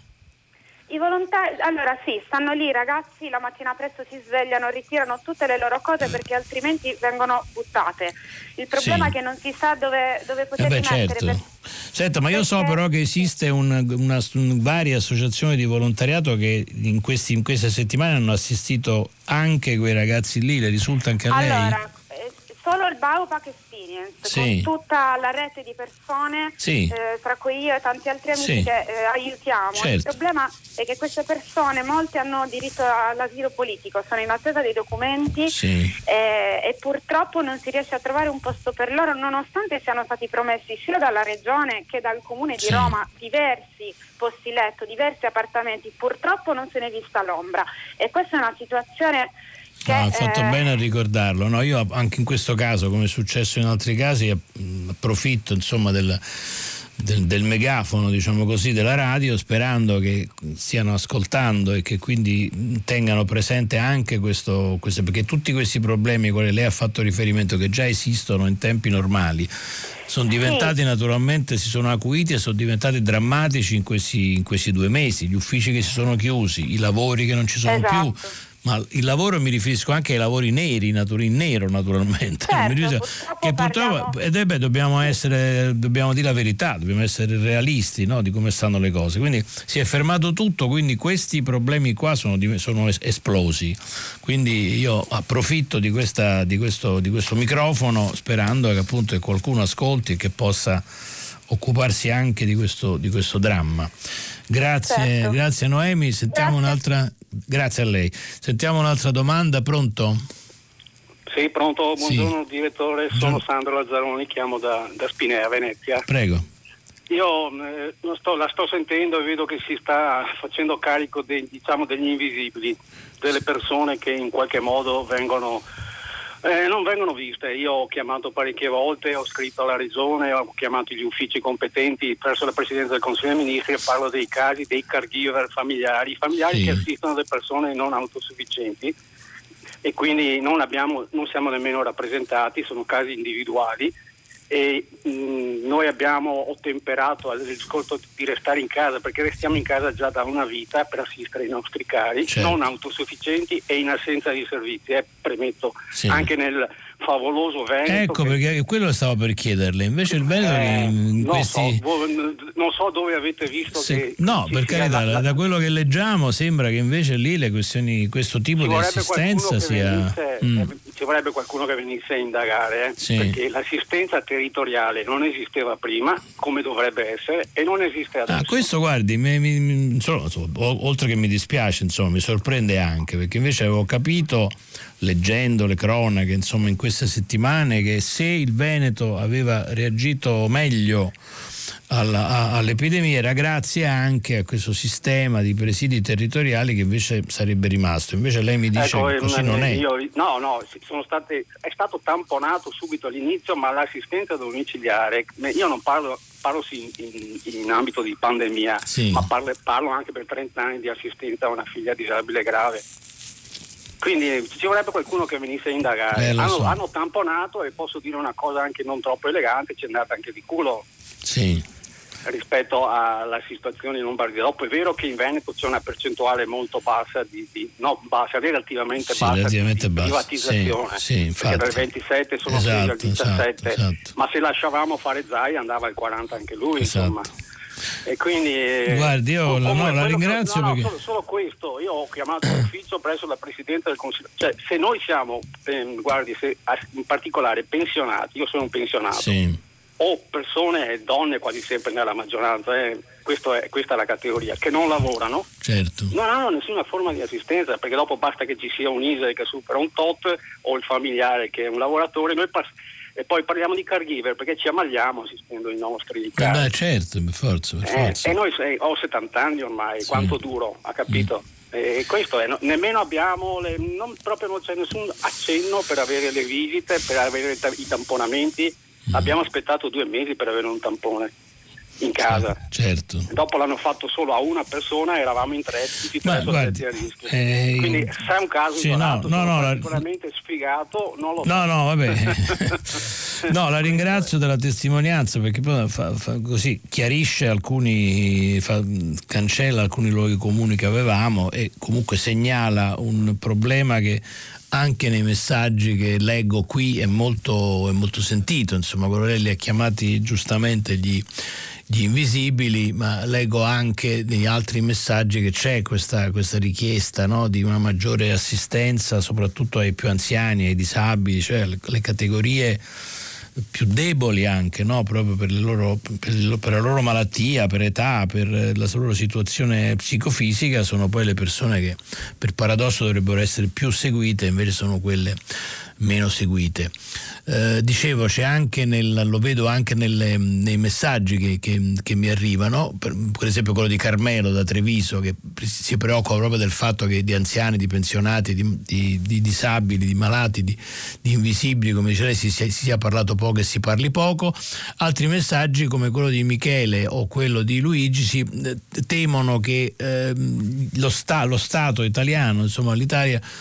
Speaker 8: I volontari, allora sì, stanno lì i ragazzi, la mattina presto si svegliano, ritirano tutte le loro cose perché altrimenti vengono buttate. Il problema sì. è che non si sa dove, dove poterli
Speaker 2: eh beh,
Speaker 8: mettere.
Speaker 2: Certo.
Speaker 8: Per...
Speaker 2: Senta, ma io perché... so però che esiste un, una, un, varie associazioni di volontariato che in, questi, in queste settimane hanno assistito anche quei ragazzi lì, le risulta anche a
Speaker 8: allora,
Speaker 2: lei?
Speaker 8: Solo il Baobab Experience,
Speaker 2: sì.
Speaker 8: con tutta la rete di persone,
Speaker 2: sì.
Speaker 8: eh, tra cui io e tanti altri amici
Speaker 2: sì.
Speaker 8: che eh, aiutiamo.
Speaker 2: Certo.
Speaker 8: Il problema è che queste persone, molte hanno diritto all'asilo politico, sono in attesa dei documenti
Speaker 2: sì.
Speaker 8: eh, e purtroppo non si riesce a trovare un posto per loro, nonostante siano stati promessi sia dalla regione che dal comune di
Speaker 2: sì.
Speaker 8: Roma diversi posti letto, diversi appartamenti. Purtroppo non se ne è vista l'ombra e questa è una situazione... Che,
Speaker 2: no, ha fatto
Speaker 8: eh...
Speaker 2: bene a ricordarlo. No, io anche in questo caso, come è successo in altri casi, approfitto insomma del, del, del megafono, diciamo così, della radio, sperando che stiano ascoltando e che quindi tengano presente anche questo, questo, perché tutti questi problemi ai quali lei ha fatto riferimento, che già esistono in tempi normali, sono diventati sì. naturalmente, si sono acuiti e sono diventati drammatici in questi, in questi due mesi, gli uffici che si sono chiusi, i lavori che non ci sono
Speaker 8: esatto.
Speaker 2: più. Ma il lavoro mi riferisco anche ai lavori neri, in nero naturalmente.
Speaker 8: Certo,
Speaker 2: mi riferisco,
Speaker 8: purtroppo
Speaker 2: che purtroppo
Speaker 8: parliamo...
Speaker 2: ed è beh, dobbiamo essere, dobbiamo dire la verità, dobbiamo essere realisti, no, di come stanno le cose. Quindi si è fermato tutto, quindi questi problemi qua sono, sono esplosi. Quindi io approfitto di questa, di questo, di questo microfono, sperando che appunto che qualcuno ascolti e che possa occuparsi anche di questo, di questo dramma. Grazie,
Speaker 8: certo.
Speaker 2: Grazie Noemi, sentiamo
Speaker 8: Grazie.
Speaker 2: un'altra. Grazie a lei. Sentiamo un'altra domanda, pronto?
Speaker 3: Sì, pronto, buongiorno
Speaker 2: Sì.
Speaker 3: direttore, sono Sandro Lazzaroni, chiamo da, da Spinea, Venezia.
Speaker 2: Prego.
Speaker 3: Io eh, non sto, la sto sentendo e vedo che si sta facendo carico dei, diciamo, degli invisibili, delle persone che in qualche modo vengono eh, non vengono viste. Io ho chiamato parecchie volte, ho scritto alla regione, ho chiamato gli uffici competenti presso la Presidenza del Consiglio dei Ministri e parlo dei casi dei caregiver familiari, familiari
Speaker 2: Sì.
Speaker 3: che assistono le persone non autosufficienti e quindi non abbiamo, non siamo nemmeno rappresentati, sono casi individuali. E mh, noi abbiamo ottemperato al discorso di restare in casa, perché restiamo in casa già da una vita per assistere i nostri cari,
Speaker 2: certo.
Speaker 3: non autosufficienti e in assenza di servizi, eh, premetto,
Speaker 2: sì.
Speaker 3: anche nel favoloso Veneto.
Speaker 2: Ecco,
Speaker 3: che...
Speaker 2: perché quello stavo per chiederle, invece il Veneto
Speaker 3: eh,
Speaker 2: che in
Speaker 3: non,
Speaker 2: questi...
Speaker 3: so, voi, non so dove avete visto
Speaker 2: Se...
Speaker 3: che...
Speaker 2: No,
Speaker 3: ci
Speaker 2: per
Speaker 3: sia
Speaker 2: carità,
Speaker 3: la, la...
Speaker 2: da quello che leggiamo sembra che invece lì le questioni, questo tipo di assistenza sia...
Speaker 3: Venisse,
Speaker 2: mm.
Speaker 3: eh, ci vorrebbe qualcuno che venisse a indagare, eh,
Speaker 2: sì.
Speaker 3: perché l'assistenza territoriale non esisteva prima, come dovrebbe essere, e non esiste adesso.
Speaker 2: Ah, questo guardi, mi, mi, insomma, oltre che mi dispiace, insomma, mi sorprende anche, perché invece avevo capito, leggendo le cronache, insomma, in queste settimane, che se il Veneto aveva reagito meglio alla, a, all'epidemia era grazie anche a questo sistema di presidi territoriali che invece sarebbe rimasto. Invece lei mi dice
Speaker 3: ecco,
Speaker 2: che così
Speaker 3: eh,
Speaker 2: non è.
Speaker 3: Io, no, no, sono state, è stato tamponato subito all'inizio, ma l'assistenza domiciliare, io non parlo, parlo sì in, in ambito di pandemia,
Speaker 2: sì.
Speaker 3: ma parlo, parlo anche per trenta anni di assistenza a una figlia disabile grave. Quindi ci vorrebbe qualcuno che venisse a indagare.
Speaker 2: Eh,
Speaker 3: hanno,
Speaker 2: so.
Speaker 3: hanno tamponato, e posso dire una cosa anche non troppo elegante, c'è andata anche di culo.
Speaker 2: Sì.
Speaker 3: Rispetto alla situazione in Lombardia. Dopo è vero che in Veneto c'è una percentuale molto bassa di, di no, bassa, relativamente
Speaker 2: sì,
Speaker 3: bassa
Speaker 2: relativamente
Speaker 3: di, di
Speaker 2: bassa.
Speaker 3: privatizzazione,
Speaker 2: sì, sì,
Speaker 3: perché dal ventisette sono
Speaker 2: esatto,
Speaker 3: scesi al diciassette,
Speaker 2: esatto, esatto.
Speaker 3: ma se lasciavamo fare Zai andava al quaranta anche lui,
Speaker 2: esatto.
Speaker 3: insomma. E quindi
Speaker 2: guardi, io la, no, la ringrazio
Speaker 3: che, no,
Speaker 2: perché...
Speaker 3: no, solo, solo questo, io ho chiamato l'ufficio presso la Presidenza del Consiglio, cioè se noi siamo eh, guardi, se, in particolare pensionati, io sono un pensionato,
Speaker 2: sì.
Speaker 3: o persone, donne quasi sempre nella maggioranza, eh, questo è, questa è la categoria, che non lavorano,
Speaker 2: certo.
Speaker 3: non hanno nessuna forma di assistenza, perché dopo basta che ci sia un I S E E che supera un tot o il familiare che è un lavoratore, noi pass- e poi parliamo di caregiver perché ci ammaliamo assistendo i nostri cari.
Speaker 2: Beh, certo, per forza, per
Speaker 3: eh,
Speaker 2: forza.
Speaker 3: e noi sei, ho settanta anni ormai,
Speaker 2: sì.
Speaker 3: Quanto duro, ha capito? Mm. E questo è, no, nemmeno abbiamo, le, non, proprio non c'è nessun accenno per avere le visite, per avere i tamponamenti. Mm. Abbiamo aspettato due mesi per avere un tampone in casa.
Speaker 2: Certo.
Speaker 3: Dopo l'hanno fatto solo a una persona, eravamo in tre, tutti e tre soggetti a rischio.
Speaker 2: Eh,
Speaker 3: Quindi se è un caso
Speaker 2: sì,
Speaker 3: isolato,
Speaker 2: no, no, no,
Speaker 3: sicuramente la... sfigato, non lo so.
Speaker 2: No, no, vabbè. No, la ringrazio della testimonianza, perché poi fa, fa così chiarisce alcuni, fa, cancella alcuni luoghi comuni che avevamo e comunque segnala un problema che anche nei messaggi che leggo qui è molto, è molto sentito. Insomma, quello lei li ha chiamati giustamente gli gli invisibili, ma leggo anche negli altri messaggi che c'è questa, questa richiesta, no, di una maggiore assistenza soprattutto ai più anziani, ai disabili, cioè le, le categorie più deboli anche, no, proprio per, le loro, per, le, per la loro malattia, per età, per la loro situazione psicofisica, sono poi le persone che per paradosso dovrebbero essere più seguite, invece sono quelle meno seguite. Eh, dicevo, c'è anche nel, lo vedo anche nelle, nei messaggi che, che, che mi arrivano, per, per esempio quello di Carmelo da Treviso, che si preoccupa proprio del fatto che di anziani, di pensionati, di, di, di disabili, di malati, di, di invisibili, come dice lei, si, si sia parlato poco e si parli poco. Altri messaggi come quello di Michele o quello di Luigi si temono che eh, lo, sta, lo Stato italiano, insomma l'Italia,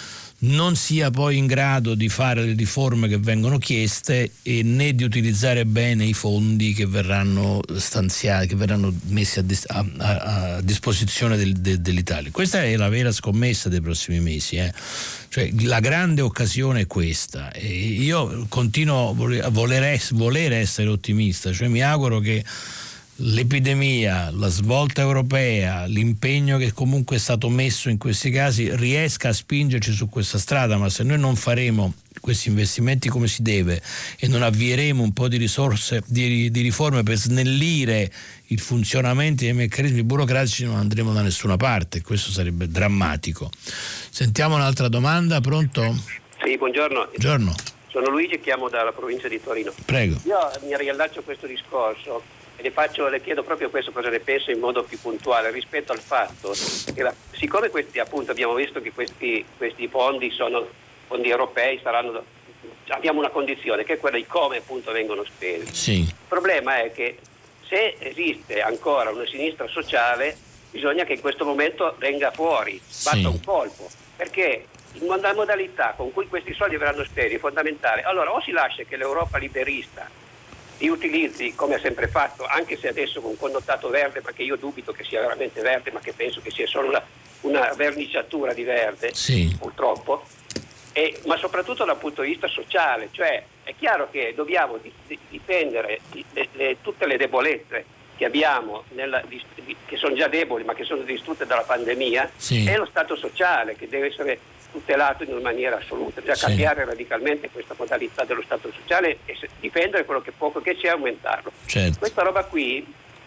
Speaker 2: non sia poi in grado di fare le riforme che vengono chieste e né di utilizzare bene i fondi che verranno stanziati, che verranno messi a, dis- a, a, a disposizione del, de, dell'Italia. Questa è la vera scommessa dei prossimi mesi, eh. Cioè, la grande occasione è questa, e io continuo a voler, voler essere ottimista, cioè mi auguro che l'epidemia, la svolta europea, l'impegno che comunque è stato messo in questi casi riesca a spingerci su questa strada, ma se noi non faremo questi investimenti come si deve e non avvieremo un po' di risorse, di, di riforme per snellire il funzionamento dei meccanismi burocratici, non andremo da nessuna parte. Questo sarebbe drammatico. Sentiamo un'altra domanda. Pronto?
Speaker 9: Sì, buongiorno.
Speaker 2: Buongiorno.
Speaker 9: Sono Luigi, chiamo dalla provincia di Torino.
Speaker 2: Prego.
Speaker 9: Io mi riallaccio a questo discorso e le, faccio, le chiedo proprio questo, cosa ne pensa in modo più puntuale rispetto al fatto che la, siccome questi, appunto, abbiamo visto che questi, questi fondi sono fondi europei, saranno, abbiamo una condizione che è quella di come appunto vengono spesi.
Speaker 2: Sì.
Speaker 9: Il problema è che se esiste ancora una sinistra sociale bisogna che in questo momento venga fuori, batta sì. un colpo, perché la modalità con cui questi soldi verranno spesi è fondamentale. Allora o si lascia che l'Europa liberista li utilizzi come ha sempre fatto, anche se adesso con un connotato verde, ma che io dubito che sia veramente verde, ma che penso che sia solo una, una verniciatura di verde,
Speaker 2: sì.
Speaker 9: purtroppo, e, ma soprattutto dal punto di vista sociale, cioè è chiaro che dobbiamo di, di, difendere le, le, tutte le debolezze che abbiamo, nella, di, di, che sono già deboli ma che sono distrutte dalla pandemia,
Speaker 2: sì.
Speaker 9: è lo Stato sociale che deve essere tutelato in una maniera assoluta, bisogna sì. cambiare radicalmente questa modalità dello Stato sociale e se, difendere quello che poco che c'è e aumentarlo.
Speaker 2: Certo.
Speaker 9: Questa roba qui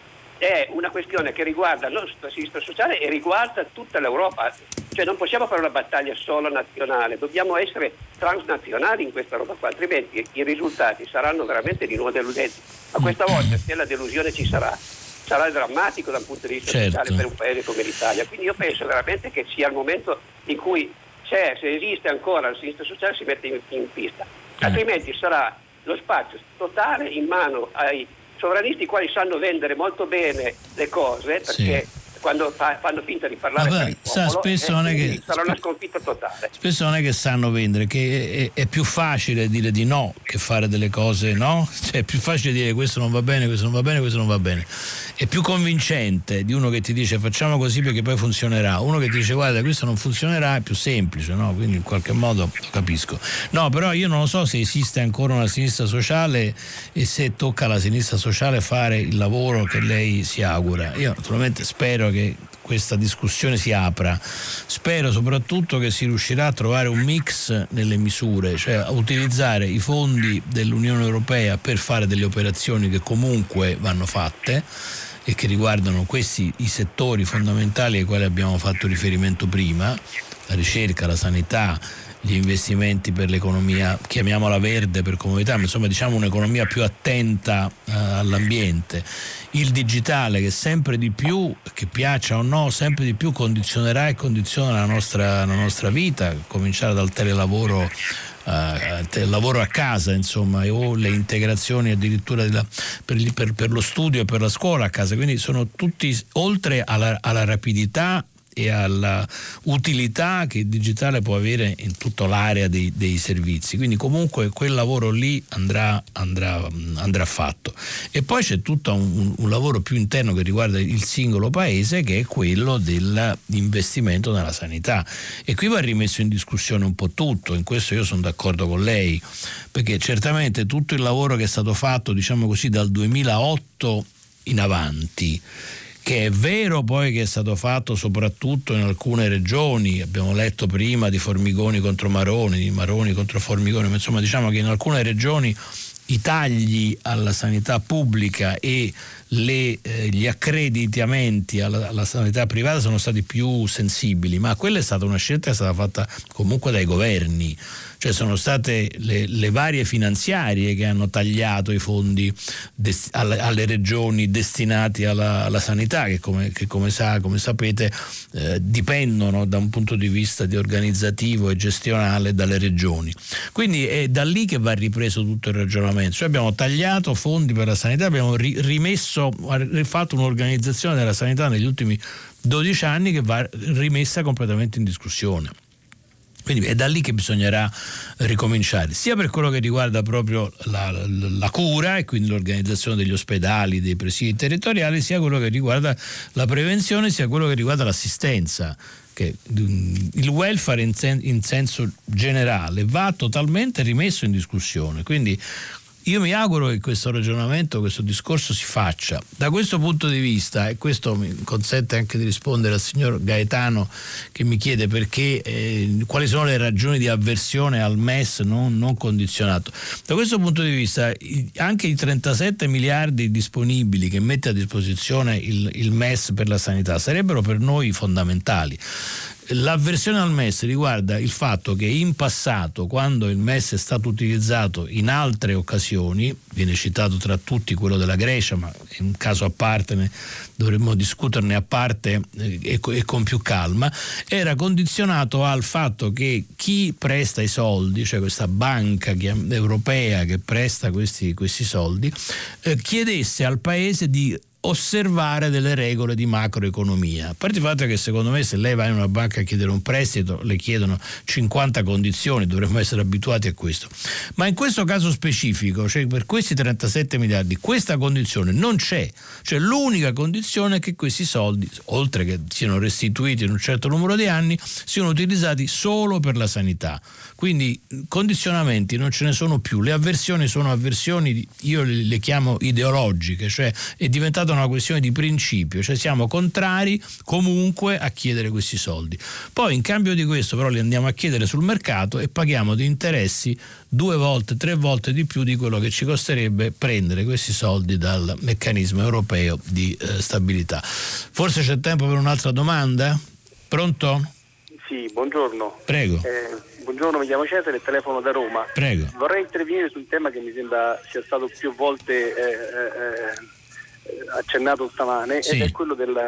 Speaker 9: è una questione che riguarda la sinistra sociale e riguarda tutta l'Europa, cioè non possiamo fare una battaglia solo nazionale, dobbiamo essere transnazionali in questa roba qua, altrimenti i risultati saranno veramente di nuovo deludenti, ma questa volta se la delusione ci sarà sarà drammatico dal punto di vista
Speaker 2: certo.
Speaker 9: sociale per un paese come l'Italia, quindi io penso veramente che sia il momento in cui se, se esiste ancora la sinistra sociale si mette in, in pista, altrimenti sarà lo spazio totale in mano ai sovranisti i quali sanno vendere molto bene le cose, perché sì. quando fa, fanno finta di parlare
Speaker 2: Vabbè,
Speaker 9: per il
Speaker 2: sa,
Speaker 9: popolo,
Speaker 2: spesso
Speaker 9: eh,
Speaker 2: non è che,
Speaker 9: sarà una sconfitta totale.
Speaker 2: Spesso non è che sanno vendere, che è, è più facile dire di no che fare delle cose no, cioè è più facile dire questo non va bene, questo non va bene, questo non va bene. È più convincente di uno che ti dice facciamo così perché poi funzionerà, uno che ti dice guarda questo non funzionerà, è più semplice, no? Quindi in qualche modo lo capisco. No, però io non lo so se esiste ancora una sinistra sociale e se tocca alla sinistra sociale fare il lavoro che lei si augura. Io naturalmente spero che questa discussione si apra, spero soprattutto che si riuscirà a trovare un mix nelle misure, cioè a utilizzare i fondi dell'Unione Europea per fare delle operazioni che comunque vanno fatte e che riguardano questi i settori fondamentali ai quali abbiamo fatto riferimento prima, la ricerca, la sanità, gli investimenti per l'economia, chiamiamola verde per comodità, ma insomma diciamo un'economia più attenta uh, all'ambiente. Il digitale che sempre di più, che piaccia o no, sempre di più condizionerà e condiziona la nostra, la nostra vita, a cominciare dal telelavoro, uh, il lavoro a casa, insomma, o le integrazioni addirittura della, per, per, per lo studio e per la scuola a casa. Quindi sono tutti, oltre alla, alla rapidità e alla utilità che il digitale può avere in tutta l'area dei, dei servizi, quindi comunque quel lavoro lì andrà, andrà, andrà fatto. E poi c'è tutto un, un lavoro più interno che riguarda il singolo paese, che è quello dell'investimento nella sanità, e qui va rimesso in discussione un po' tutto. In questo io sono d'accordo con lei, perché certamente tutto il lavoro che è stato fatto, diciamo così, dal duemilaotto in avanti, che è vero poi che è stato fatto soprattutto in alcune regioni, abbiamo letto prima di Formigoni contro Maroni, di Maroni contro Formigoni, ma insomma diciamo che in alcune regioni i tagli alla sanità pubblica e le, eh, gli accreditamenti alla, alla sanità privata sono stati più sensibili, ma quella è stata una scelta che è stata fatta comunque dai governi, cioè sono state le, le varie finanziarie che hanno tagliato i fondi des, alle, alle regioni destinati alla, alla sanità, che come, che come, sa, come sapete eh, dipendono da un punto di vista di organizzativo e gestionale dalle regioni. Quindi è da lì che va ripreso tutto il ragionamento, cioè abbiamo tagliato fondi per la sanità, abbiamo ri, rimesso, fatto un'organizzazione della sanità negli ultimi dodici anni che va rimessa completamente in discussione. Quindi è da lì che bisognerà ricominciare, sia per quello che riguarda proprio la, la, la cura e quindi l'organizzazione degli ospedali, dei presidi territoriali, sia quello che riguarda la prevenzione, sia quello che riguarda l'assistenza. Che il welfare in, sen- in senso generale va totalmente rimesso in discussione. Quindi io mi auguro che questo ragionamento, questo discorso si faccia. Da questo punto di vista, e questo mi consente anche di rispondere al signor Gaetano che mi chiede perché, eh, quali sono le ragioni di avversione al M E S non, non condizionato. Da questo punto di vista, i, anche i trentasette miliardi disponibili che mette a disposizione il, il M E S per la sanità sarebbero per noi fondamentali. L'avversione al M E S riguarda il fatto che in passato, quando il M E S è stato utilizzato in altre occasioni, viene citato tra tutti quello della Grecia, ma è un caso a parte, ne dovremmo discuterne a parte e, e con più calma, era condizionato al fatto che chi presta i soldi, cioè questa banca europea che presta questi, questi soldi, eh, chiedesse al paese di osservare delle regole di macroeconomia. A parte il fatto che secondo me se lei va in una banca a chiedere un prestito le chiedono cinquanta condizioni, dovremmo essere abituati a questo. Ma in questo caso specifico, cioè per questi trentasette miliardi, questa condizione non c'è. Cioè l'unica condizione è che questi soldi, oltre che siano restituiti in un certo numero di anni, siano utilizzati solo per la sanità. Quindi condizionamenti non ce ne sono più, le avversioni sono avversioni, io le, le chiamo ideologiche, cioè è diventata una questione di principio, cioè siamo contrari comunque a chiedere questi soldi. Poi in cambio di questo però li andiamo a chiedere sul mercato e paghiamo di interessi due volte, tre volte di più di quello che ci costerebbe prendere questi soldi dal meccanismo europeo di eh, stabilità. Forse c'è tempo per un'altra domanda? Pronto?
Speaker 10: Sì, buongiorno.
Speaker 2: Prego.
Speaker 10: Eh, buongiorno, mi chiamo Cesare e telefono da Roma.
Speaker 2: Prego.
Speaker 10: Vorrei intervenire su un tema che mi sembra sia stato più volte eh, eh, accennato stamane, sì. Ed è quello del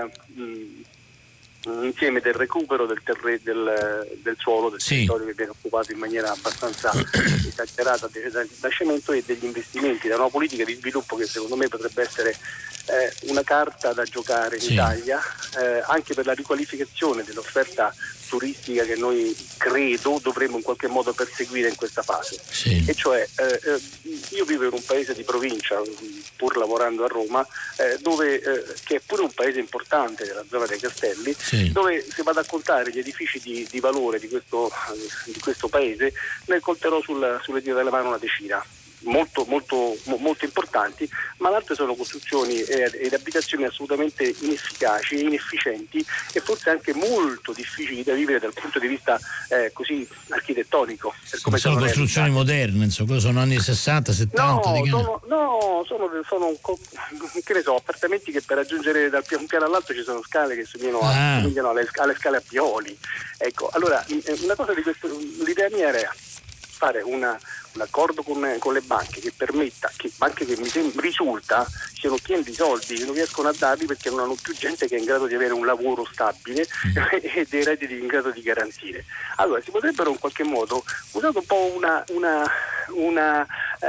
Speaker 10: mh, insieme del recupero del, terre, del, del suolo, del sì. territorio che viene occupato in maniera abbastanza esagerata da cemento, e degli investimenti, da una politica di sviluppo che secondo me potrebbe essere eh, una carta da giocare in sì. Italia, eh, anche per la riqualificazione dell'offerta turistica che noi credo dovremmo in qualche modo perseguire in questa fase. Sì. E cioè eh, io vivo in un paese di provincia, pur lavorando a Roma, eh, dove eh, che è pure un paese importante della zona dei Castelli, sì. dove se vado a contare gli edifici di, di valore di questo, di questo paese ne conterò sul, sulle dita della mano una decina. Molto, molto, molto importanti, ma l'altre sono costruzioni ed abitazioni assolutamente inefficaci e inefficienti e forse anche molto difficili da vivere dal punto di vista eh, così architettonico. Per come
Speaker 2: sono costruzioni moderne, insomma, sono anni sessanta, settanta?
Speaker 10: No, sono, no, sono, sono che ne so, appartamenti che per raggiungere dal piano, un piano all'altro ci sono scale che somigliano, ah. a, somigliano alle, alle scale a Pioli. Ecco, allora una cosa di questo, l'idea mia era fare una, un accordo con, con le banche che permetta, che banche che mi sembra, risulta siano pieni di soldi, non riescono a darli perché non hanno più gente che è in grado di avere un lavoro stabile e dei redditi in grado di garantire. Allora si potrebbero in qualche modo, usando un po' una, una, una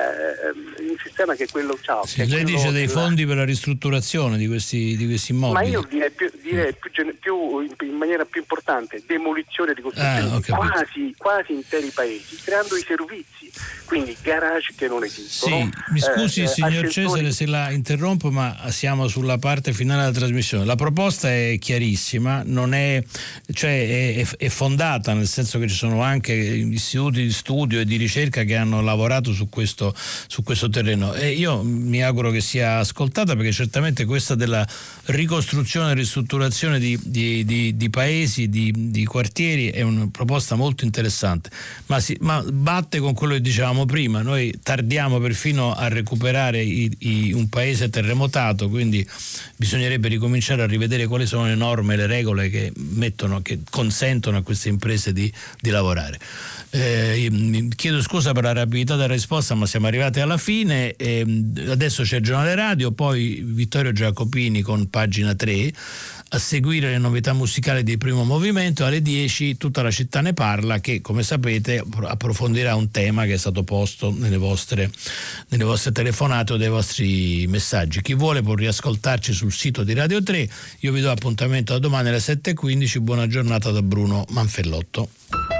Speaker 10: eh, un sistema che è quello ciao.
Speaker 2: Sì, lei dice dei della... fondi per la ristrutturazione di questi, di questi immobili.
Speaker 10: Ma io direi più, direi più, più in maniera più importante demolizione di costruzioni ah, quasi, quasi interi paesi, creando i servizi, quindi garage che non esistono.
Speaker 2: Sì, mi scusi
Speaker 10: eh,
Speaker 2: signor
Speaker 10: ascensori...
Speaker 2: Cesare se la interrompo, ma siamo sulla parte finale della trasmissione. La proposta è chiarissima, non è, cioè è, è fondata, nel senso che ci sono anche istituti di studio e di ricerca che hanno lavorato su questo, su questo terreno, e io mi auguro che sia ascoltata, perché certamente questa della ricostruzione e ristrutturazione di, di, di, di paesi, di, di quartieri è una proposta molto interessante, ma, si, ma batte con quello che dicevamo prima. Noi tardiamo perfino a recuperare i, i, un paese terremotato, quindi bisognerebbe ricominciare a rivedere quali sono le norme e le regole che mettono, che consentono a queste imprese di, di lavorare. Eh, chiedo scusa per la rapidità della risposta, ma siamo arrivati alla fine. Eh, adesso c'è il giornale radio, poi Vittorio Giacopini con Pagina tre, a seguire le novità musicali del Primo Movimento. Alle dieci Tutta la città ne parla, che come sapete approfondirà un tema che è stato posto nelle vostre, nelle vostre telefonate o dei vostri messaggi. Chi vuole può riascoltarci sul sito di Radio tre. Io vi do appuntamento a domani alle sette e quindici. Buona giornata da Bruno Manfellotto.